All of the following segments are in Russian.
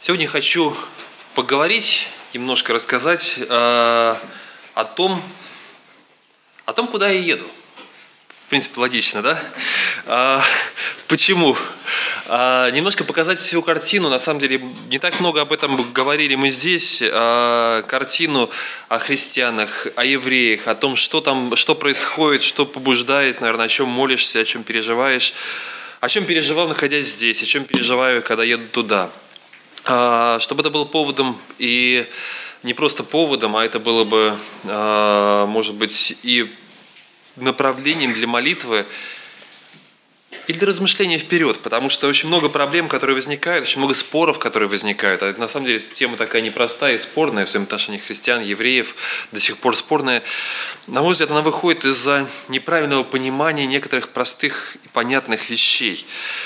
Сегодня хочу поговорить, немножко рассказать о том, куда я еду. В принципе, логично, да? Почему? Немножко показать всю картину. На самом деле, не так много об этом говорили мы здесь. Картину о христианах, о евреях, о том, что там, что происходит, что побуждает, наверное, о чем молишься, о чем переживаешь, о чем переживал, находясь здесь, о чем переживаю, когда еду туда. Чтобы это было поводом, и не просто поводом, а это было бы, может быть, и направлением для молитвы и для размышления вперед, потому что очень много проблем, которые возникают, очень много споров, которые возникают. А это, на самом деле, тема такая непростая и спорная, взаимоотношения христиан, евреев, до сих пор спорная. На мой взгляд, она выходит из-за неправильного понимания некоторых простых и понятных вещей.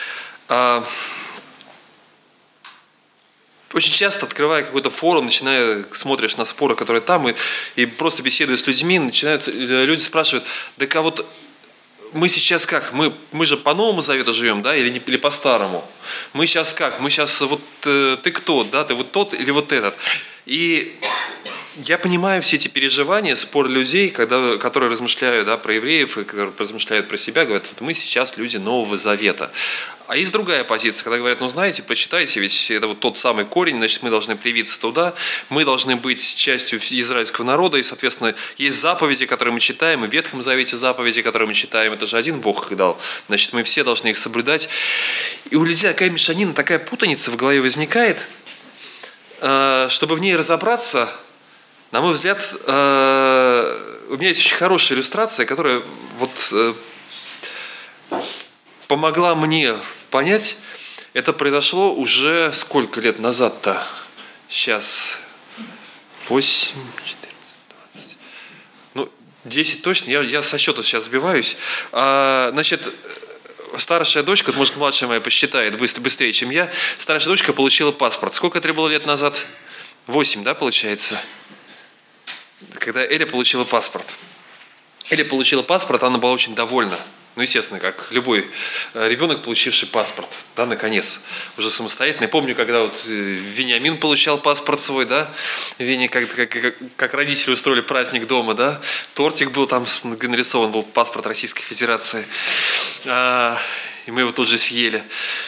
Очень часто, открывая какой-то форум, смотришь на споры, которые там, и просто беседуя с людьми, люди спрашивают: так а вот мы сейчас как? Мы же по Новому Завету живем, да, или по Старому? Мы сейчас как? Мы сейчас вот ты кто, да, ты вот тот или вот этот? И я понимаю все эти переживания, спор людей, которые размышляют, да, про евреев, и которые размышляют про себя, говорят: мы сейчас люди Нового Завета. А есть другая позиция, когда говорят: ну знаете, прочитайте, ведь это вот тот самый корень, значит, мы должны привиться туда, мы должны быть частью израильского народа, и, соответственно, есть заповеди, которые мы читаем, и в Ветхом Завете заповеди, которые мы читаем, это же один Бог их дал, значит, мы все должны их соблюдать. И у людей такая мешанина, такая путаница в голове возникает, чтобы в ней разобраться. На мой взгляд, у меня есть очень хорошая иллюстрация, которая помогла мне понять. Это произошло уже сколько лет назад-то? Сейчас 8, 14, 20. 10 точно. Я со счета сейчас сбиваюсь. Значит, старшая дочка, может, младшая моя посчитает быстрее, чем я. Старшая дочка получила паспорт. Сколько это было лет назад? 8, да, получается? Когда Эля получила паспорт. Она была очень довольна. Естественно, как любой ребенок, получивший паспорт, да, наконец, уже самостоятельно. Я помню, когда Вениамин получал паспорт свой, да, Вене, как родители устроили праздник дома, да, тортик был там нарисован, был паспорт Российской Федерации, и мы его тут же съели.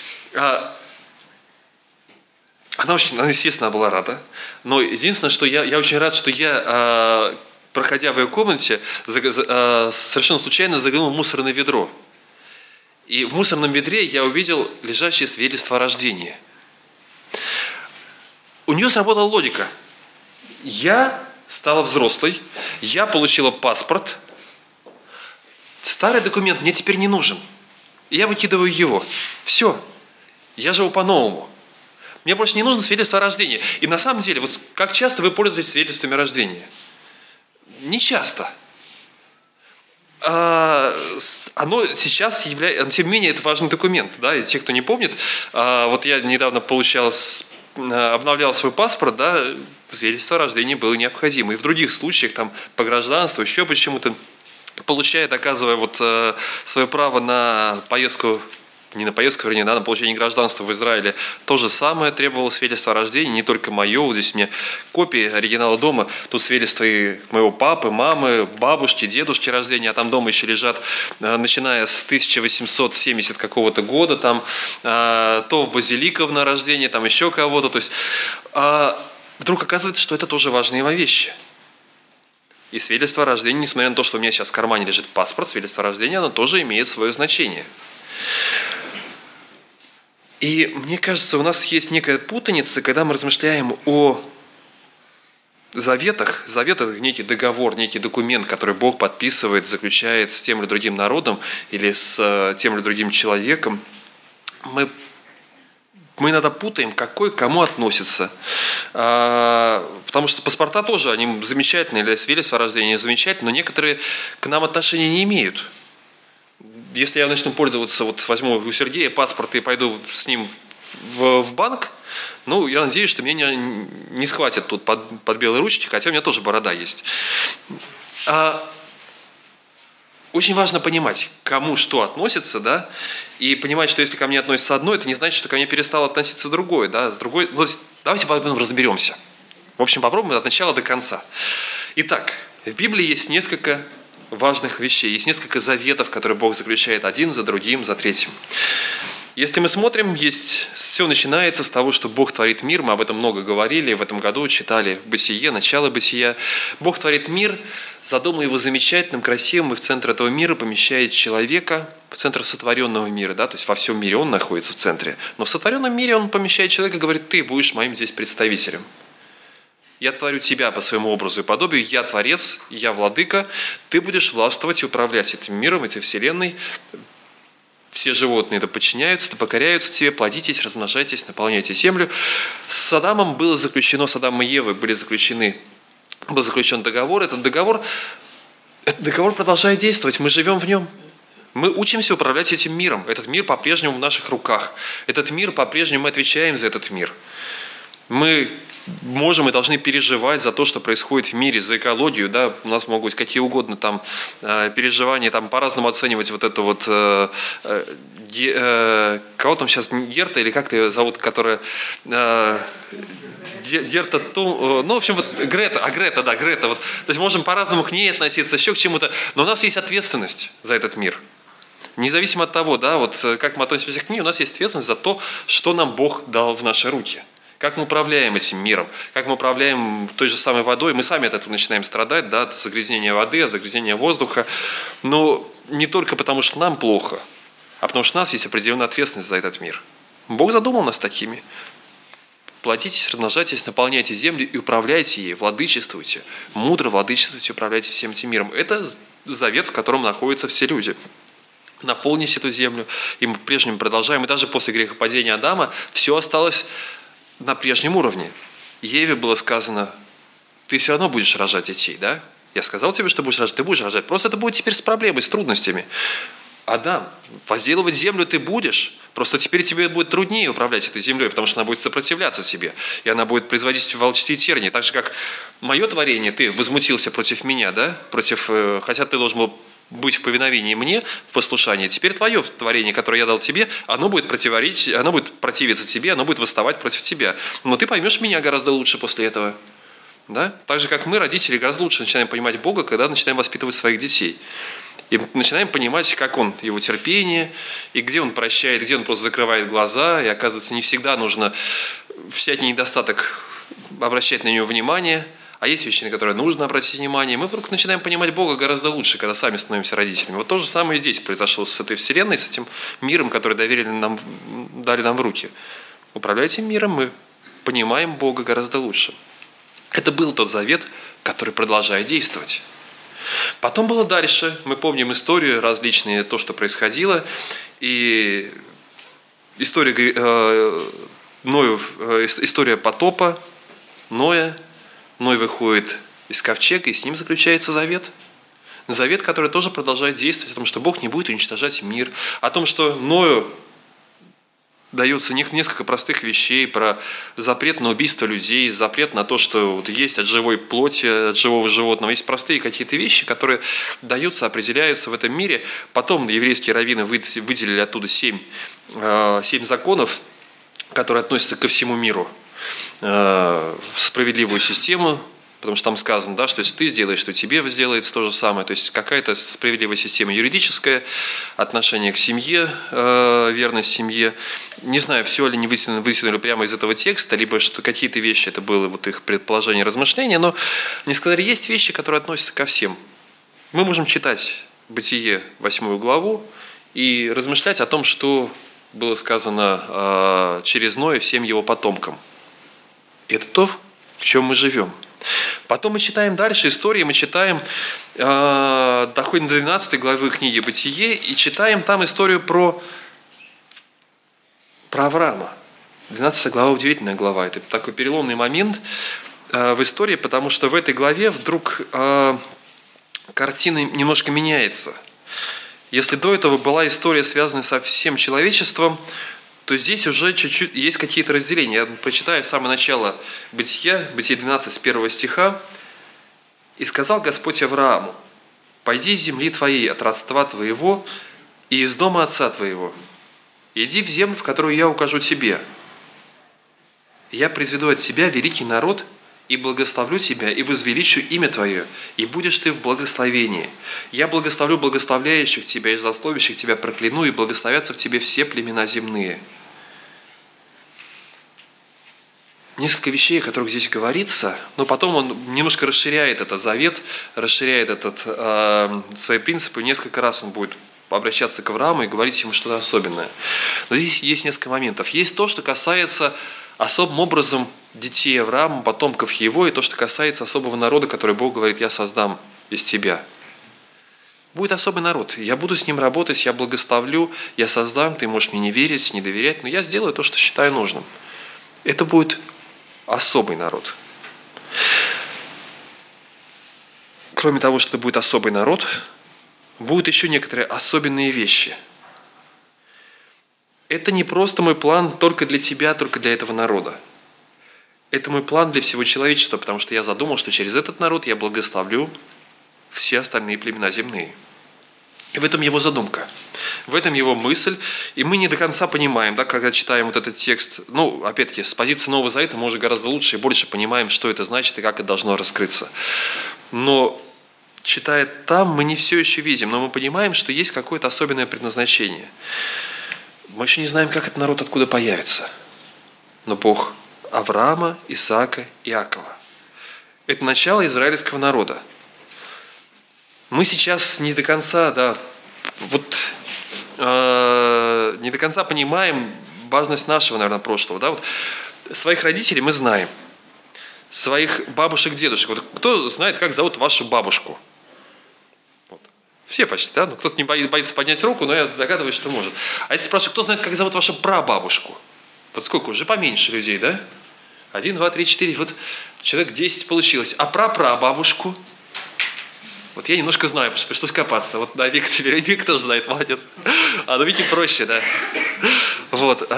Она, естественно, была рада, но единственное, что я очень рад, что я, проходя в ее комнате, совершенно случайно заглянул в мусорное ведро. И в мусорном ведре я увидел лежащее свидетельство о рождении. У нее сработала логика. Я стала взрослой, я получила паспорт, старый документ мне теперь не нужен. И я выкидываю его. Все, я живу по-новому. Мне больше не нужно свидетельство о рождении. И на самом деле, вот как часто вы пользуетесь свидетельствами о рождении? Не часто. Оно сейчас является, тем не менее, это важный документ. Да? И те, кто не помнит, вот я недавно обновлял свой паспорт, да, свидетельство о рождении было необходимо. И в других случаях, там, по гражданству, еще почему-то, доказывая свое право на поездку, на получение гражданства в Израиле, то же самое требовало свидетельства о рождении, не только мое, вот здесь у меня копии оригинала дома, тут свидетельства и моего папы, мамы, бабушки, дедушки рождения, а там дома еще лежат, начиная с 1870 какого-то года, там, то в Базиликов на рождение, там еще кого-то, то есть вдруг оказывается, что это тоже важные вещи. И свидетельство о рождении, несмотря на то, что у меня сейчас в кармане лежит паспорт, свидетельство о рождении, оно тоже имеет свое значение. И мне кажется, у нас есть некая путаница, когда мы размышляем о заветах. Заветах – некий договор, некий документ, который Бог подписывает, заключает с тем или другим народом или с тем или другим человеком. Мы иногда путаем, какой к кому относится. Потому что паспорта тоже, они замечательные, или свидетельства о рождении замечательные, но некоторые к нам отношения не имеют. Если я начну пользоваться, возьму у Сергея паспорт и пойду с ним в банк, я надеюсь, что меня не схватят тут под белые ручки, хотя у меня тоже борода есть. Очень важно понимать, к кому что относится, да, и понимать, что если ко мне относится одно, это не значит, что ко мне перестало относиться другое, да, с другой, Давайте потом разберемся. В общем, попробуем от начала до конца. Итак, в Библии есть несколько важных вещей, есть несколько заветов, которые Бог заключает один за другим, за третьим. Если мы смотрим, все начинается с того, что Бог творит мир, мы об этом много говорили, в этом году читали Бытие, начало Бытия. Бог творит мир, задумал его замечательным, красивым, и в центр этого мира помещает человека, в центр сотворенного мира, да, то есть во всем мире он находится в центре. Но в сотворенном мире он помещает человека и говорит: ты будешь моим здесь представителем. Я творю тебя по своему образу и подобию, я творец, я владыка, ты будешь властвовать и управлять этим миром, этой вселенной. Все животные это подчиняются, покоряются тебе, плодитесь, размножайтесь, наполняйте землю. С Адамом был заключен договор. Этот договор продолжает действовать, мы живем в нем. Мы учимся управлять этим миром. Этот мир по-прежнему в наших руках. Этот мир по-прежнему мы отвечаем за этот мир. Мы можем и должны переживать за то, что происходит в мире, за экологию, да, у нас могут быть какие угодно там переживания, там по-разному оценивать вот это вот, кого там сейчас, Герта или как-то ее зовут, которая, Герта, ну, в общем, вот Грета, вот, то есть можем по-разному к ней относиться, еще к чему-то, но у нас есть ответственность за этот мир. Независимо от того, да, вот как мы относимся к ней, у нас есть ответственность за то, что нам Бог дал в наши руки. Как мы управляем этим миром, как мы управляем той же самой водой. Мы сами от этого начинаем страдать, да, от загрязнения воды, от загрязнения воздуха. Но не только потому, что нам плохо, а потому что у нас есть определенная ответственность за этот мир. Бог задумал нас такими. Плодитесь, размножайтесь, наполняйте землю и управляйте ей, владычествуйте. Мудро владычествуйте, управляйте всем этим миром. Это завет, в котором находятся все люди. Наполните эту землю, и мы по-прежнему продолжаем. И даже после грехопадения Адама все осталось на прежнем уровне. Еве было сказано: ты все равно будешь рожать детей, да? Я сказал тебе, что будешь рожать, ты будешь рожать. Просто это будет теперь с проблемой, с трудностями. Адам, возделывать землю ты будешь, просто теперь тебе будет труднее управлять этой землей, потому что она будет сопротивляться тебе, и она будет производить волчьи тернии. Так же, как мое творение, ты возмутился против меня, да? Хотя ты должен был быть в повиновении мне, в послушании. Теперь твое творение, которое я дал тебе, оно будет противоречить, оно будет противиться тебе, оно будет восставать против тебя. Но ты поймешь меня гораздо лучше после этого. Да? Так же, как мы, родители, гораздо лучше начинаем понимать Бога, когда начинаем воспитывать своих детей. И начинаем понимать, как Он, Его терпение, и где Он прощает, где Он просто закрывает глаза. И оказывается, не всегда нужно всякий недостаток обращать на него внимание. А есть вещи, на которые нужно обратить внимание. Мы вдруг начинаем понимать Бога гораздо лучше, когда сами становимся родителями. Вот то же самое здесь произошло с этой вселенной, с этим миром, который дали нам в руки. Управляйте миром, мы понимаем Бога гораздо лучше. Это был тот завет, который продолжает действовать. Потом было дальше. Мы помним историю различные, то, что происходило. И история потопа, Ноя. Ной выходит из ковчега, и с ним заключается завет. Завет, который тоже продолжает действовать, о том, что Бог не будет уничтожать мир, о том, что Ною дается несколько простых вещей про запрет на убийство людей, запрет на то, что вот есть от живой плоти, от живого животного. Есть простые какие-то вещи, которые даются, определяются в этом мире. Потом еврейские раввины выделили оттуда 7 законов, которые относятся ко всему миру. Справедливую систему, потому что там сказано, да, что если ты сделаешь, то тебе сделается то же самое. То есть какая-то справедливая система юридическая, отношение к семье, верность семье. Не знаю, все ли не вытянули прямо из этого текста, либо что какие-то вещи, это было вот их предположение, размышления, но не сказали, есть вещи, которые относятся ко всем. Мы можем читать Бытие 8 главу и размышлять о том, что было сказано через Ноя всем его потомкам. И это то, в чем мы живем. Потом мы читаем дальше истории, мы читаем, доходим до 12 главы книги «Бытие» и читаем там историю про Авраама. 12 глава удивительная глава. Это такой переломный момент в истории, потому что в этой главе вдруг картина немножко меняется. Если до этого была история, связанная со всем человечеством, то здесь уже чуть-чуть есть какие-то разделения. Я прочитаю с самого начала Бытие 12, с 1 стиха. «И сказал Господь Аврааму: пойди из земли твоей, от родства твоего и из дома отца твоего. Иди в землю, в которую я укажу тебе. Я произведу от тебя великий народ, и благословлю тебя, и возвеличу имя твое, и будешь ты в благословении. Я благословлю благословляющих тебя, и злословящих тебя прокляну, и благословятся в тебе все племена земные». Несколько вещей, о которых здесь говорится, но потом он немножко расширяет этот завет, расширяет свои принципы. Несколько раз он будет обращаться к Аврааму и говорить ему что-то особенное. Но здесь есть несколько моментов. Есть то, что касается особым образом детей Авраама, потомков его, и то, что касается особого народа, который Бог говорит: «Я создам из тебя». Будет особый народ. Я буду с ним работать, я благословлю, я создам, ты можешь мне не верить, не доверять, но я сделаю то, что считаю нужным. Это будет особый народ. Кроме того, что это будет особый народ, будут еще некоторые особенные вещи. Это не просто мой план только для тебя, только для этого народа. Это мой план для всего человечества, потому что я задумал, что через этот народ я благословлю все остальные племена земные. И в этом его задумка, в этом его мысль. И мы не до конца понимаем, да, когда читаем вот этот текст, опять-таки, с позиции Нового Завета мы уже гораздо лучше и больше понимаем, что это значит и как это должно раскрыться. Но читая там, мы не все еще видим, но мы понимаем, что есть какое-то особенное предназначение. Мы еще не знаем, как этот народ откуда появится. Но Бог Авраама, Исаака, Иакова – это начало израильского народа. Мы сейчас не до конца, не до конца понимаем важность нашего, наверное, прошлого. Да? Вот своих родителей мы знаем, своих бабушек, дедушек. Вот кто знает, как зовут вашу бабушку? Вот. Все почти, да? Кто-то не боится поднять руку, но я догадываюсь, что может. А если спрашиваю, кто знает, как зовут вашу прабабушку? Вот сколько? Уже поменьше людей, да? 1, 2, 3, 4, вот человек 10 получилось. А прапрабабушку? Вот я немножко знаю, потому что пришлось копаться. Вот, да, Вика тоже знает, молодец. Ну Вике проще, да. Вот.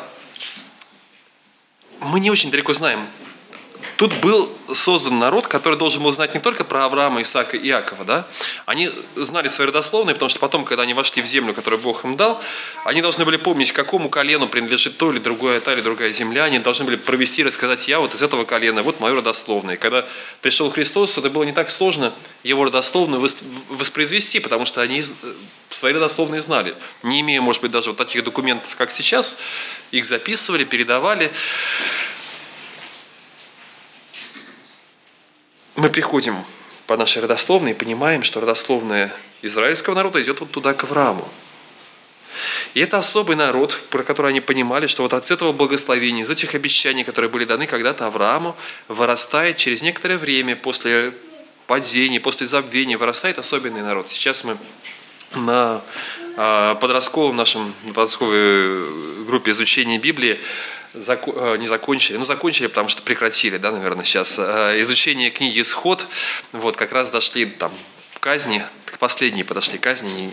Мы не очень далеко знаем. Тут был создан народ, который должен был знать не только про Авраама, Исаака и Иакова, да? Они знали свои родословные, потому что потом, когда они вошли в землю, которую Бог им дал, они должны были помнить, какому колену принадлежит та или другая земля. Они должны были провести и рассказать: я вот из этого колена, вот мое родословное. И когда пришел Христос, это было не так сложно его родословную воспроизвести, потому что они свои родословные знали. Не имея, может быть, даже вот таких документов, как сейчас, их записывали, передавали. Мы приходим по нашей родословной и понимаем, что родословная израильского народа идет вот туда, к Аврааму. И это особый народ, про который они понимали, что вот от этого благословения, из этих обещаний, которые были даны когда-то Аврааму, вырастает через некоторое время, после падения, после забвения, вырастает особенный народ. Сейчас мы на подростковой группе изучения Библии закончили, потому что прекратили, да, наверное, сейчас изучение книги «Исход». Вот, как раз дошли там к казни, к последней подошли к казни.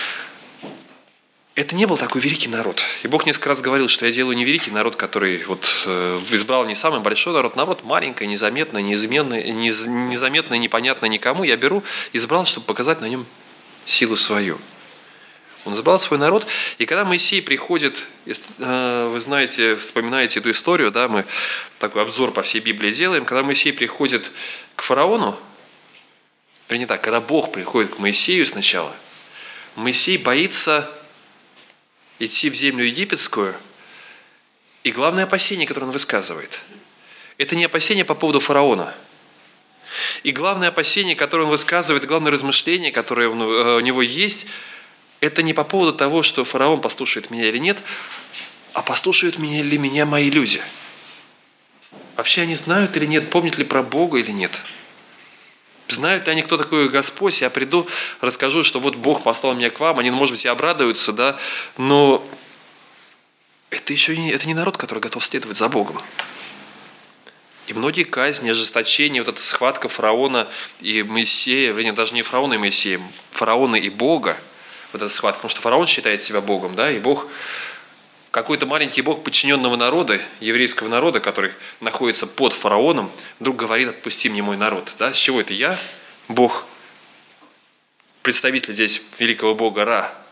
Это не был такой великий народ. И Бог несколько раз говорил, что я делаю не великий народ, который избрал не самый большой народ, наоборот, маленькое, незаметное, незаметное, непонятное никому. Я избрал, чтобы показать на нем силу свою. Он забрал свой народ, и когда Моисей приходит, вы знаете, вспоминаете эту историю, да, мы такой обзор по всей Библии делаем, когда Моисей приходит к фараону, вернее так, когда Бог приходит к Моисею сначала, Моисей боится идти в землю египетскую, и главное опасение, которое он высказывает, это не опасение по поводу фараона. И главное опасение, которое он высказывает, главное размышление, которое у него есть, это не по поводу того, что фараон послушает меня или нет, а послушают меня ли меня мои люди. Вообще они знают или нет, помнят ли про Бога или нет. Знают ли они, кто такой Господь, я приду, расскажу, что вот Бог послал меня к вам, они, может быть, и обрадуются, да, но это не народ, который готов следовать за Богом. И многие казни, ожесточения, вот эта схватка фараона и Моисея, вернее, даже не фараона и Моисея, фараона и Бога, вот эта схватка, потому что фараон считает себя Богом, да, и Бог, какой-то маленький Бог подчиненного народа, еврейского народа, который находится под фараоном, вдруг говорит: отпусти мне мой народ. Да? С чего это я, Бог, представитель здесь великого Бога Ра,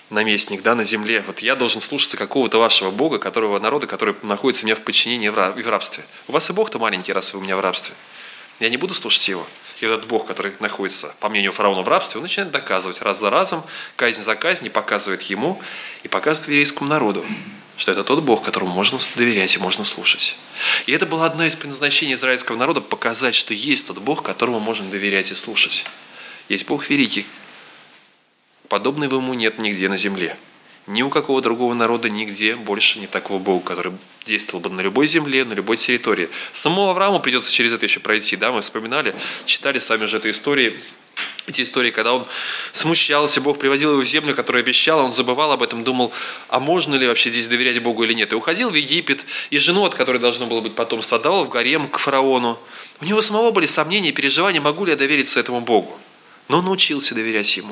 наместник, да, на земле. Вот я должен слушаться какого-то вашего Бога, народа, который находится у меня в подчинении и в рабстве. У вас и Бог-то маленький, раз вы у меня в рабстве. Я не буду слушать его. И этот Бог, который находится, по мнению фараона, в рабстве, он начинает доказывать раз за разом, казнь за казнью, показывает ему и показывает еврейскому народу, что это тот Бог, которому можно доверять и можно слушать. И это была одна из предназначений израильского народа – показать, что есть тот Бог, которому можно доверять и слушать. Есть Бог великий. Подобного ему нет нигде на земле. Ни у какого другого народа нигде больше нет такого Бога, который действовал бы на любой земле, на любой территории. Самому Аврааму придется через это еще пройти. Да? Мы вспоминали, читали сами же эти истории, когда он смущался, Бог приводил его в землю, которую обещал, он забывал об этом, думал, а можно ли вообще здесь доверять Богу или нет. И уходил в Египет, и жену, от которой должно было быть потомство, отдавал в гарем к фараону. У него самого были сомнения и переживания, могу ли я довериться этому Богу. Но он научился доверять ему.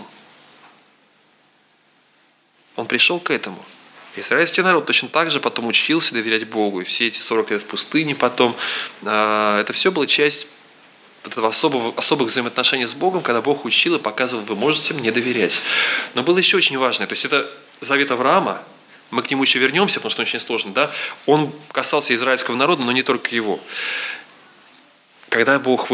Он пришел к этому. Израильский народ точно так же потом учился доверять Богу. И все эти 40 лет в пустыне потом, это все была часть этого особых взаимоотношений с Богом, когда Бог учил и показывал, вы можете мне доверять. Но было еще очень важное, то есть это завет Авраама, мы к нему еще вернемся, потому что он очень сложный, да? Он касался израильского народа, но не только его. Когда Бог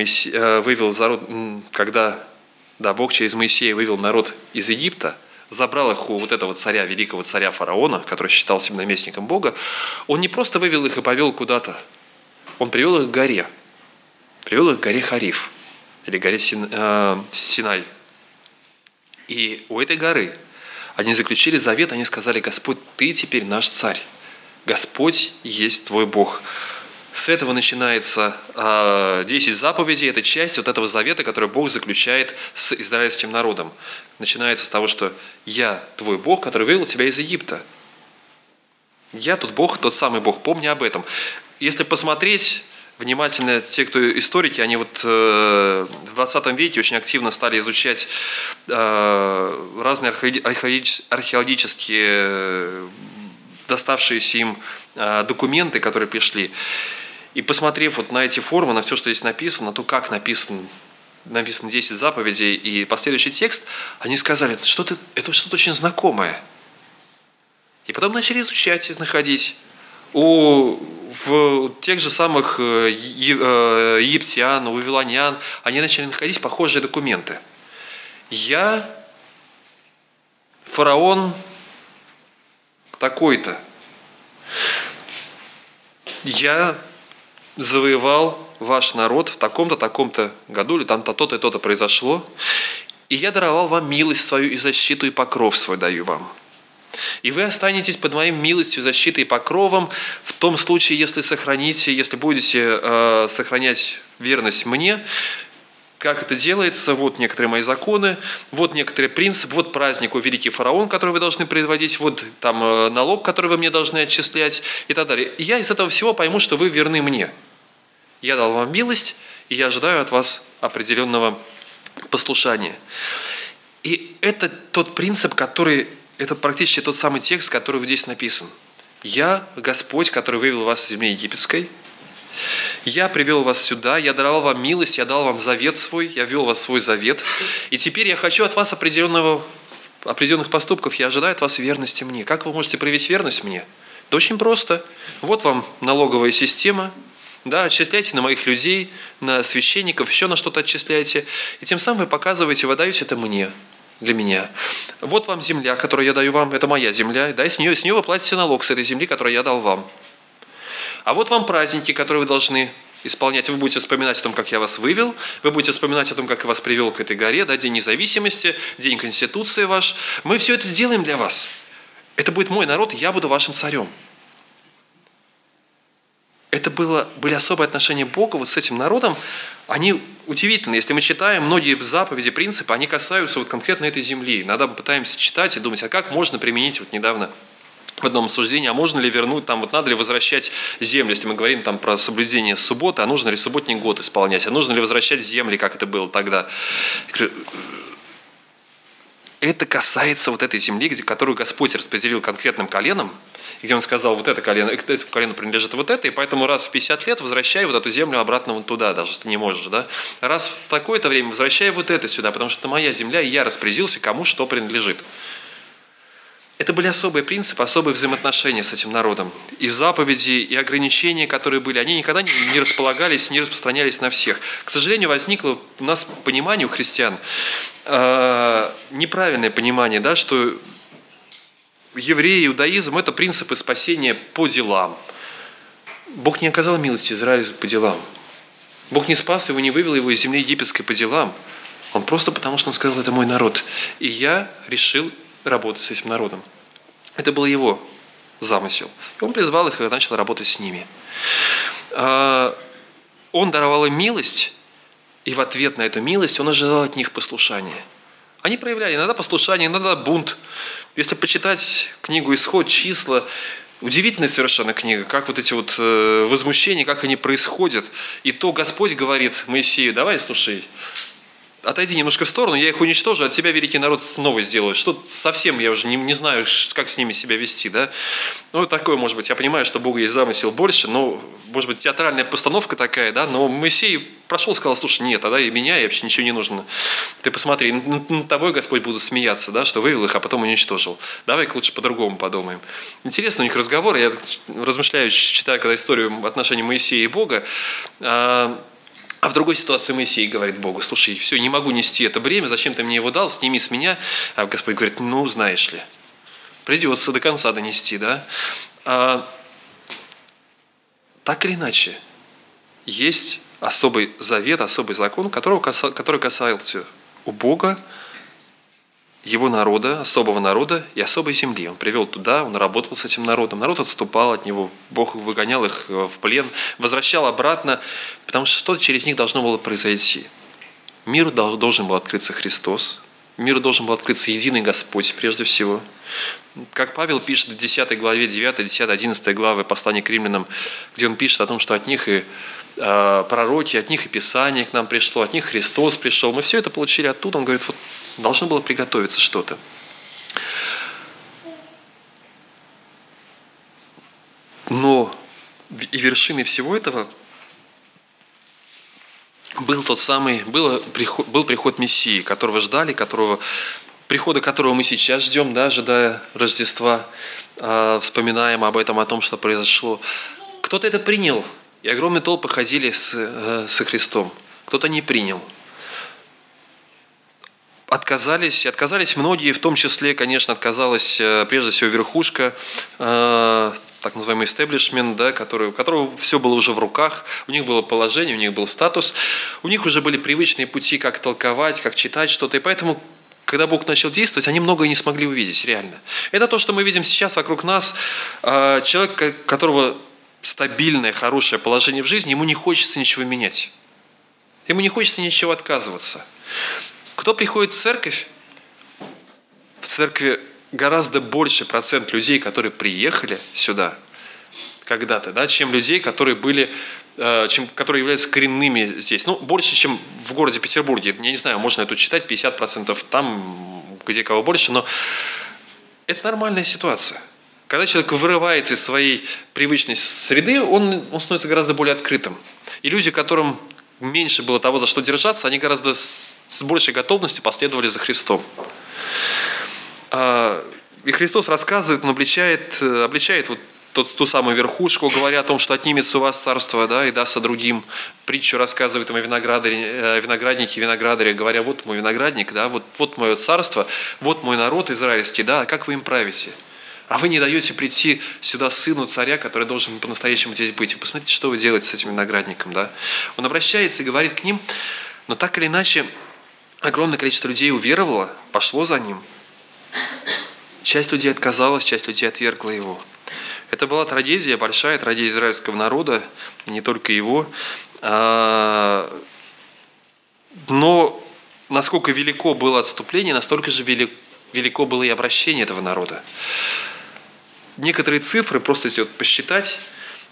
Бог через Моисея вывел народ из Египта, забрал их у вот этого царя, великого царя фараона, который считал себя наместником Бога, он не просто вывел их и повел куда-то, он привел их к горе. Привел их к горе Хариф, или горе Синай. И у этой горы они заключили завет, они сказали, Господь, Ты теперь наш царь. Господь есть Твой Бог. С этого начинается 10 заповедей. Это часть вот этого завета, который Бог заключает с израильским народом. Начинается с того, что «Я твой Бог, который вывел тебя из Египта». Я тот Бог, тот самый Бог, помни об этом. Если посмотреть внимательно, те, кто историки, они вот в 20 веке очень активно стали изучать разные археологические доставшиеся им документы, которые пришли. И посмотрев вот на эти формы, на все, что здесь написано, на то, как написано 10 заповедей и последующий текст, они сказали, это что-то очень знакомое. И потом начали изучать и находить. В тех же самых египтян, у вавилонян, они начали находить похожие документы. Я, фараон такой-то, я завоевал ваш народ в таком-то, таком-то году, или там-то, то-то и то-то произошло, и я даровал вам милость свою и защиту, и покров свой даю вам. И вы останетесь под моим милостью, защитой и покровом в том случае, если будете сохранять верность мне. Как это делается? Вот некоторые мои законы, вот некоторые принципы, вот праздник у великий фараон, который вы должны предводить, вот там налог, который вы мне должны отчислять и так далее. И я из этого всего пойму, что вы верны мне. Я дал вам милость, и я ожидаю от вас определенного послушания. И это тот принцип, это практически тот самый текст, который здесь написан. «Я, Господь, который вывел вас из земли египетской, я привел вас сюда, я даровал вам милость, я дал вам завет свой, я ввел вас в свой завет, и теперь я хочу от вас определенных поступков, я ожидаю от вас верности мне». Как вы можете проявить верность мне? Да очень просто. Вот вам налоговая система, да, отчисляйте на моих людей, на священников, еще на что-то отчисляйте, и тем самым вы показываете, вы даете это мне. Для меня. Вот вам земля, которую я даю вам, это моя земля, да, и с нее вы платите налог с этой земли, которую я дал вам. А вот вам праздники, которые вы должны исполнять. Вы будете вспоминать о том, как я вас вывел, вы будете вспоминать о том, как я вас привел к этой горе, да, День независимости, День Конституции ваш. Мы все это сделаем для вас. Это будет мой народ, я буду вашим царем. Это были особые отношения Бога вот с этим народом. Они удивительны. Если мы читаем многие заповеди, принципы, они касаются вот конкретно этой земли. Иногда мы пытаемся читать и думать, а как можно применить вот недавно в одном обсуждении, а можно ли вернуть, там, вот надо ли возвращать земли, если мы говорим там про соблюдение субботы, а нужно ли субботний год исполнять, а нужно ли возвращать земли, как это было тогда. Это касается вот этой земли, которую Господь распределил конкретным коленом, где Он сказал, вот это колено принадлежит вот это, и поэтому раз в 50 лет возвращай вот эту землю обратно вот туда, даже если не можешь, да? Раз в такое-то время возвращай вот это сюда, потому что это моя земля, и я распорядился, кому что принадлежит. это были особые принципы, особые взаимоотношения с этим народом. И заповеди, и ограничения, которые были, они никогда не располагались, не распространялись на всех. К сожалению, возникло у нас понимание у христиан, неправильное понимание, да, что евреи, иудаизм – это принципы спасения по делам. Бог не оказал милости Израилю по делам. Бог не спас его, не вывел его из земли египетской по делам. Он просто потому, что он сказал: это мой народ. И я решил работать с этим народом. Это был его замысел. И он призвал их и начал работать с ними. Он даровал им милость, и в ответ на эту милость он ожидал от них послушания. Они проявляли иногда послушание, иногда бунт. Если почитать книгу «Исход», числа, удивительная совершенно книга, как вот эти вот возмущения, как они происходят. И то Господь говорит Моисею: давай, слушай, отойди немножко в сторону, я их уничтожу, от тебя великий народ снова сделаю. Что совсем я уже не знаю, как с ними себя вести. Да? Ну, такое, может быть, я понимаю, что Бога есть замысел больше, но, может быть, театральная постановка такая, да, но Моисей прошел и сказал: слушай, нет, тогда и меня, и вообще ничего не нужно. Ты посмотри, над тобой Господь будет смеяться, да, что вывел их, а потом уничтожил. Давай-ка лучше по-другому подумаем. Интересно у них разговор, я размышляю, читаю когда историю отношений Моисея и Бога. А в другой ситуации Моисей говорит Богу: слушай, все, не могу нести это бремя, зачем ты мне его дал, сними с меня. А Господь говорит: ну, знаешь ли, придется до конца донести, да. Так или иначе, есть особый завет, особый закон, который касался у Бога, его народа, особого народа и особой земли. Он привел туда, он работал с этим народом. Народ отступал от него, Бог выгонял их в плен, возвращал обратно, потому что что-то через них должно было произойти. Миру должен был открыться Христос, миру должен был открыться единый Господь прежде всего. Как Павел пишет в 10 главе, 9, 10, 11 главы послания к римлянам, где он пишет о том, что от них и пророки, от них и Писание к нам пришло, от них Христос пришел. Мы все это получили оттуда. Он говорит: вот должно было приготовиться что-то. Но и вершиной всего этого был приход Мессии, которого ждали, прихода которого мы сейчас ждем, да, ожидая Рождества, вспоминаем об этом, о том, что произошло. Кто-то это принял, и огромные толпы ходили со Христом. Кто-то не принял. Отказались многие, в том числе, конечно, отказалась прежде всего верхушка, так называемый истеблишмент, да, у которого все было уже в руках, у них было положение, у них был статус, у них уже были привычные пути, как толковать, как читать что-то, и поэтому, когда Бог начал действовать, они многое не смогли увидеть, реально. Это то, что мы видим сейчас вокруг нас. Человек, у которого стабильное, хорошее положение в жизни, ему не хочется ничего менять. Ему не хочется ничего отказываться. Кто приходит в церковь? В церкви гораздо больше процент людей, которые приехали сюда когда-то, да, чем людей, которые которые являются коренными здесь. Ну, больше, чем в городе Петербурге. Я не знаю, можно это читать, 50% там, где кого больше, но это нормальная ситуация. Когда человек вырывается из своей привычной среды, он становится гораздо более открытым. И люди, которым меньше было того, за что держаться, они гораздо с большей готовностью последовали за Христом. И Христос рассказывает, он обличает вот ту самую верхушку, говоря о том, что отнимется у вас царство, да, и дастся другим. Притчу рассказывает о винограднике, виноградаре, говоря: вот мой виноградник, да, вот мое царство, вот мой народ израильский, да, как вы им правите? А вы не даете прийти сюда сыну царя, который должен по-настоящему здесь быть. И посмотрите, что вы делаете с этим виноградником. Да? Он обращается и говорит к ним, но так или иначе огромное количество людей уверовало, пошло за ним. Часть людей отказалась, часть людей отвергла его. Это была трагедия, большая трагедия израильского народа, не только его. Но насколько велико было отступление, настолько же велико было и обращение этого народа. Некоторые цифры, просто если вот посчитать,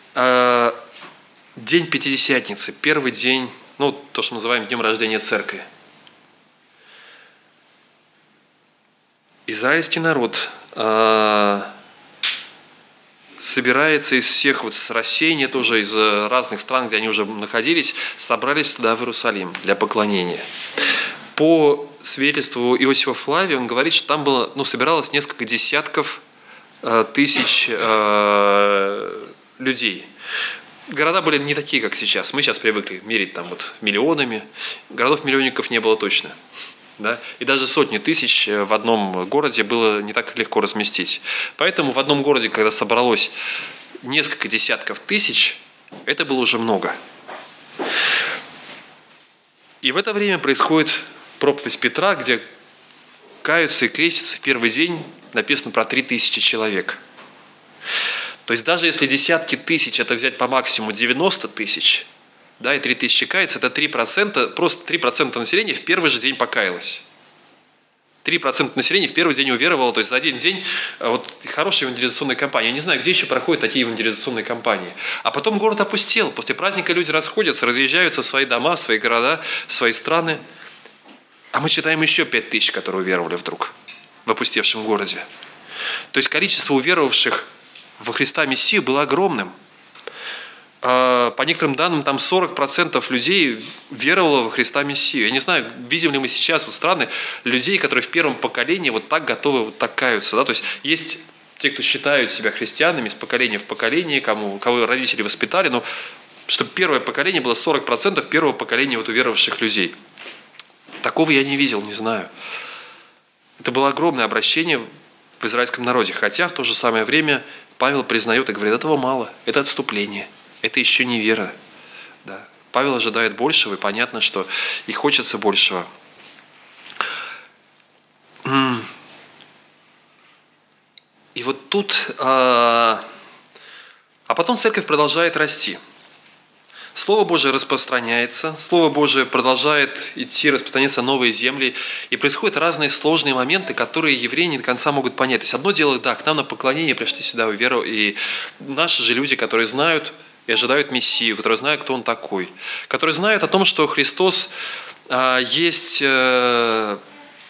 день Пятидесятницы, первый день, то, что мы называем днем рождения церкви. Израильский народ собирается из всех, с рассеяния тоже, из разных стран, где они уже находились, собрались туда, в Иерусалим, для поклонения. По свидетельству Иосифа Флавия, он говорит, что там было, собиралось несколько десятков тысяч людей. Города были не такие, как сейчас. Мы сейчас привыкли мерить там миллионами. Городов-миллионников не было точно. Да? И даже сотни тысяч в одном городе было не так легко разместить. Поэтому в одном городе, когда собралось несколько десятков тысяч, это было уже много. И в это время происходит проповедь Петра, где каются и крестятся в первый день, написано про 3000 человек. То есть даже если десятки тысяч, это взять по максимуму 90 тысяч, да, и 3000 кается, это 3%, просто 3% населения в первый же день покаялось. 3% населения в первый день уверовало, то есть за один день хорошая евангелизационная кампания. Я не знаю, где еще проходят такие евангелизационные кампании. А потом город опустел. После праздника люди расходятся, разъезжаются в свои дома, в свои города, в свои страны. А мы читаем еще 5000, которые уверовали вдруг в опустевшем городе. То есть количество уверовавших во Христа Мессию было огромным. По некоторым данным, там 40% людей веровало во Христа Мессию. Я не знаю, видим ли мы сейчас страны людей, которые в первом поколении так готовы, так каются. Да? То есть есть те, кто считают себя христианами из поколения в поколение, кого родители воспитали, но чтобы первое поколение было 40% первого поколения уверовавших людей. Такого я не видел, не знаю. Это было огромное обращение в израильском народе. Хотя в то же самое время Павел признает и говорит, этого мало, это отступление. Это еще не вера. Да. Павел ожидает большего, и понятно, что и хочется большего. И вот тут... А потом церковь продолжает расти. Слово Божие распространяется, Слово Божие продолжает идти, распространяться новые земли, и происходят разные сложные моменты, которые евреи не до конца могут понять. То есть одно дело, да, к нам на поклонение пришли сюда в веру, и наши же люди, которые знают и ожидают Мессию, которые знают, кто Он такой, которые знают о том, что Христос есть, о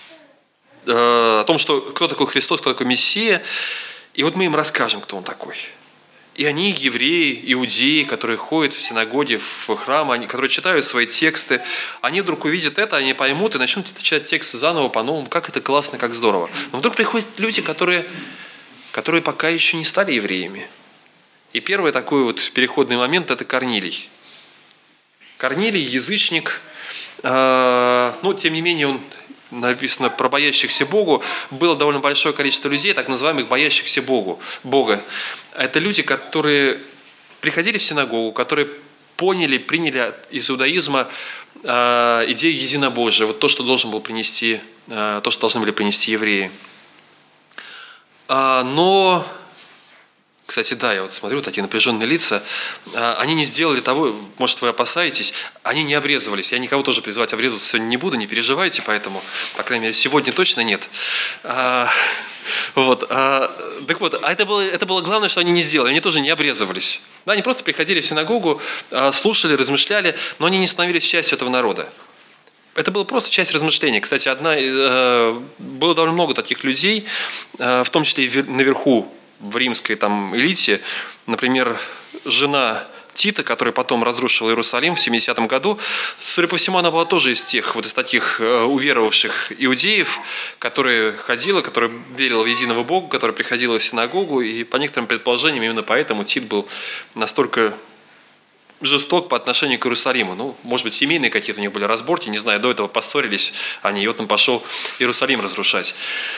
том, что кто такой Христос, кто такой Мессия, и вот мы им расскажем, кто Он такой. И они, евреи, иудеи, которые ходят в синагоге, в храм, которые читают свои тексты, они вдруг увидят это, они поймут и начнут читать тексты заново, по-новому, как это классно, как здорово. Но вдруг приходят люди, которые пока еще не стали евреями. И первый такой переходный момент – это Корнилий. Корнилий – язычник, но тем не менее он... Написано про боящихся Богу, было довольно большое количество людей, так называемых боящихся Бога. Это люди, которые приходили в синагогу, которые поняли, приняли из иудаизма идею единобожия, то, что должен был принести, то, что должны были принести евреи. Но, кстати, да, я смотрю, такие напряженные лица, они не сделали того, может, вы опасаетесь, они не обрезывались. Я никого тоже призывать обрезываться сегодня не буду, не переживайте, поэтому, по крайней мере, сегодня точно нет. Так вот, это было главное, что они не сделали, они тоже не обрезывались. Да, они просто приходили в синагогу, слушали, размышляли, но они не становились частью этого народа. Это была просто часть размышления. Кстати, было довольно много таких людей, в том числе и наверху, в римской элите, например, жена Тита, которая потом разрушила Иерусалим в 70-м году, судя по всему, она была тоже из таких уверовавших иудеев, которая верила в единого Бога, которая приходила в синагогу, и по некоторым предположениям именно поэтому Тит был настолько жесток по отношению к Иерусалиму. Может быть, семейные какие-то у них были разборки, не знаю, до этого поссорились они, и он пошел Иерусалим разрушать.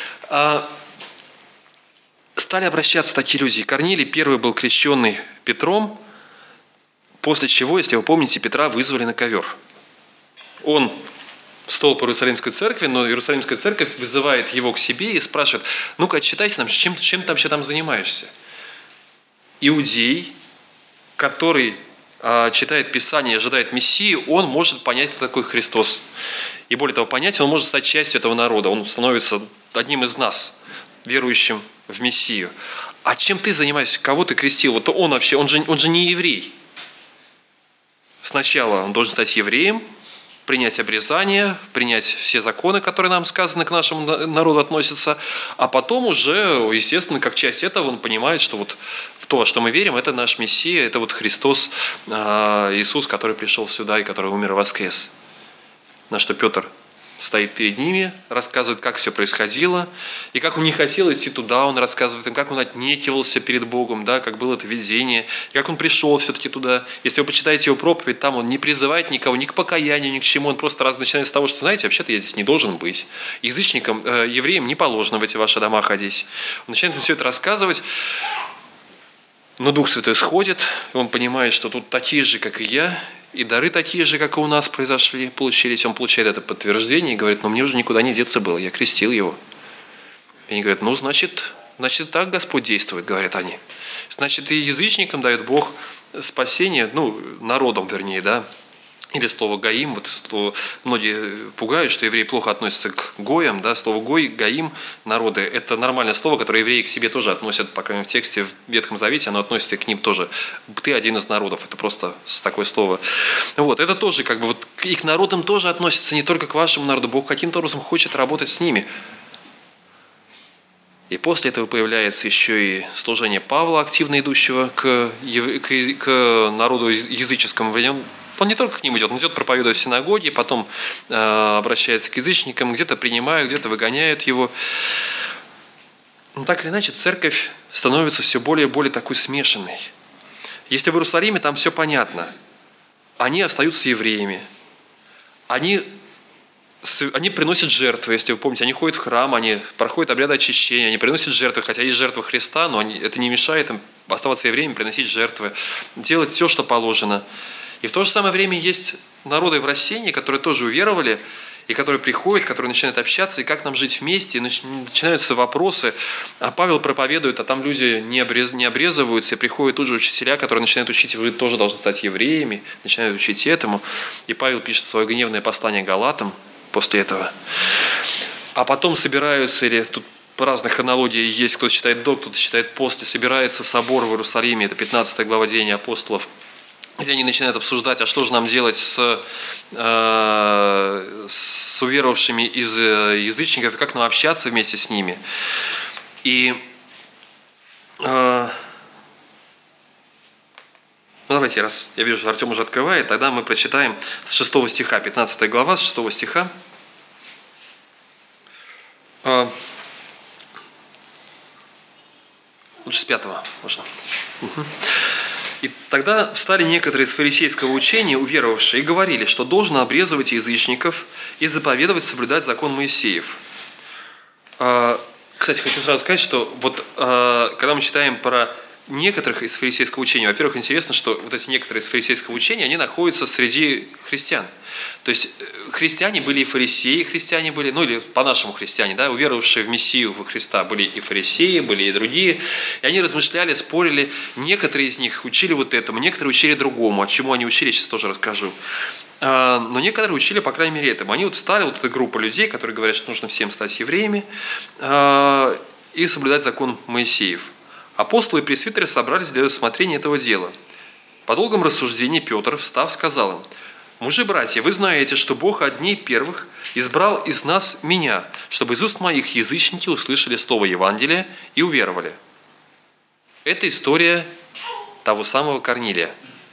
Стали обращаться такие люди. Корнилий первый был крещенный Петром, после чего, если вы помните, Петра вызвали на ковер. Он столб Иерусалимской церкви, но Иерусалимская церковь вызывает его к себе и спрашивает: ну-ка, отчитайся нам, чем ты вообще там занимаешься? Иудей, который читает Писание и ожидает Мессии, он может понять, кто такой Христос. И более того, понять, он может стать частью этого народа, он становится одним из нас, верующим в Мессию. А чем ты занимаешься? Кого ты крестил? Он вообще, он же не еврей. Сначала он должен стать евреем, принять обрезание, принять все законы, которые нам сказаны, к нашему народу относятся, а потом уже, естественно, как часть этого он понимает, что в то, во что мы верим, это наш Мессия, это Христос, Иисус, который пришел сюда и который умер и воскрес. На что Петр стоит перед ними, рассказывает, как все происходило, и как он не хотел идти туда, он рассказывает им, как он отнекивался перед Богом, да, как было это видение, и как он пришел все-таки туда. Если вы почитаете его проповедь, там он не призывает никого ни к покаянию, ни к чему, он просто начинает с того, что, знаете, вообще-то я здесь не должен быть. Язычникам, евреям не положено в эти ваши дома ходить. Он начинает им все это рассказывать, но Дух Святой сходит, и он понимает, что тут такие же, как и я, и дары такие же, как и у нас произошли, получились. Он получает это подтверждение и говорит, но мне уже никуда не деться было, я крестил его. И они говорят, значит так Господь действует, говорят они. Значит, и язычникам дает Бог спасение, народам вернее, да. Или слово «гаим», что многие пугают, что евреи плохо относятся к гоям, да, слово «гой», «гаим», народы, это нормальное слово, которое евреи к себе тоже относят, по крайней мере, в тексте в Ветхом Завете, оно относится к ним тоже. Ты один из народов, это просто такое слово. Это тоже и к народам тоже относится, не только к вашему народу, Бог каким-то образом хочет работать с ними. И после этого появляется еще и служение Павла, активно идущего к народу языческому. Он не только к ним идет, он идет, проповедуя в синагоге, потом обращается к язычникам, где-то принимают, где-то выгоняют его. Но так или иначе, церковь становится все более и более такой смешанной. Если в Иерусалиме, там все понятно. Они остаются евреями. Они приносят жертвы, если вы помните, они ходят в храм, они проходят обряды очищения, они приносят жертвы, хотя есть жертва Христа, но это не мешает им оставаться евреями, приносить жертвы, делать все, что положено. И в то же самое время есть народы в рассеянии, которые тоже уверовали, и которые приходят, которые начинают общаться, и как нам жить вместе, и начинаются вопросы. А Павел проповедует, а там люди не обрезываются, и приходят тут же учителя, которые начинают учить, вы тоже должны стать евреями, начинают учить этому. И Павел пишет свое гневное послание Галатам после этого. А потом собираются, или тут по разных хронологиях есть, кто-то читает до, кто-то читает после, собирается собор в Иерусалиме, это 15 глава Деяний апостолов, где они начинают обсуждать, а что же нам делать с уверовавшими из язычников, и как нам общаться вместе с ними. И давайте, раз я вижу, что Артем уже открывает, тогда мы прочитаем с 6 стиха, 15 глава, с 6 стиха. Лучше с 5 можно. Угу. И тогда встали некоторые из фарисейского учения, уверовавшие, и говорили, что должно обрезывать язычников и заповедовать соблюдать закон Моисеев. Кстати, хочу сразу сказать, что когда мы читаем про некоторых из фарисейского учения, во-первых, интересно, что вот эти некоторые из фарисейского учения, они находятся среди христиан. То есть христиане были и фарисеи, христиане были, или по-нашему христиане, да, уверовавшие в Мессию, во Христа, были и фарисеи, были и другие. И они размышляли, спорили. Некоторые из них учили вот этому, некоторые учили другому. От чему они учили, сейчас тоже расскажу. Но некоторые учили, по крайней мере, этому. Они встали, эта группа людей, которые говорят, что нужно всем стать евреями и соблюдать закон Моисеев. Апостолы и пресвитеры собрались для рассмотрения этого дела. По долгом рассуждении Петр, встав, сказал им: «Мужи, братья, вы знаете, что Бог от дней первых избрал из нас меня, чтобы из уст моих язычники услышали слово Евангелия и уверовали». Это история того самого Корнилия.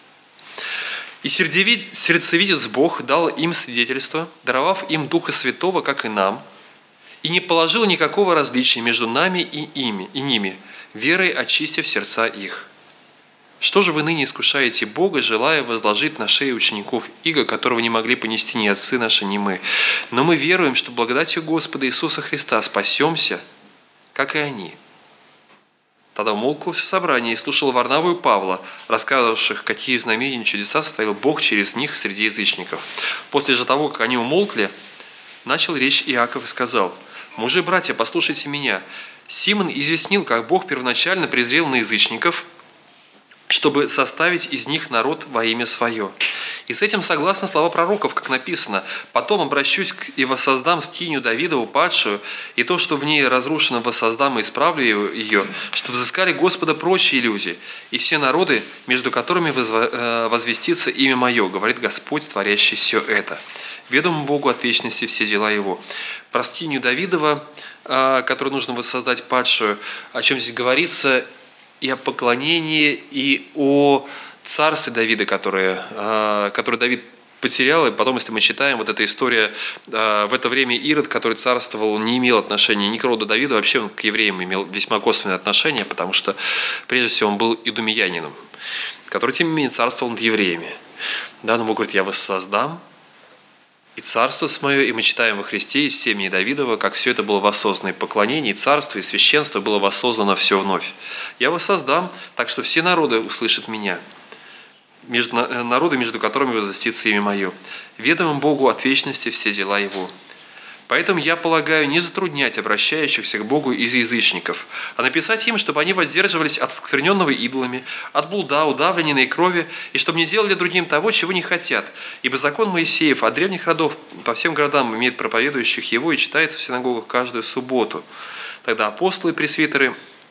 «И сердцевидец Бог дал им свидетельство, даровав им Духа Святого, как и нам, и не положил никакого различия между нами и ними, верой очистив сердца их. Что же вы ныне искушаете Бога, желая возложить на шеи учеников иго, которого не могли понести ни отцы наши, ни мы? Но мы веруем, что благодатью Господа Иисуса Христа спасемся, как и они». Тогда умолкло все собрание и слушал Варнаву и Павла, рассказывавших, какие знамения и чудеса сотворил Бог через них среди язычников. После же того, как они умолкли, начал речь Иаков и сказал: «Мужи, братья, послушайте меня. Симон изъяснил, как Бог первоначально презрел на язычников, чтобы составить из них народ во имя свое. И с этим согласны слова пророков, как написано: «Потом обращусь и воссоздам скинию Давидову падшую, и то, что в ней разрушено, воссоздам и исправлю ее, что взыскали Господа прочие люди, и все народы, между которыми возвестится имя мое, говорит Господь, творящий все это. Ведом Богу от вечности все дела его». Про скинию Давидова, которую нужно воссоздать падшую, о чем здесь говорится, и о поклонении, и о царстве Давида, которое Давид потерял. И потом, если мы читаем, вот эта история, в это время Ирод, который царствовал, он не имел отношения ни к роду Давида, вообще он к евреям имел весьма косвенное отношение, потому что, прежде всего, он был идумеянином, который, тем не менее, царствовал над евреями. Да, но Бог говорит: я вас создам, и царство мое, и мы читаем во Христе из семьи Давидова, как все это было воссоздано, и поклонение, и царство, и священство было воссоздано все вновь. Я вас создам, так что все народы услышат меня, народы, между которыми возвестится имя мое. Ведомым Богу от вечности все дела его. Поэтому я полагаю не затруднять обращающихся к Богу из язычников, а написать им, чтобы они воздерживались от оскверненного идолами, от блуда, удавленной крови, и чтобы не делали другим того, чего не хотят. Ибо закон Моисеев от древних родов по всем городам имеет проповедующих его и читается в синагогах каждую субботу. Тогда апостолы и пресвитеры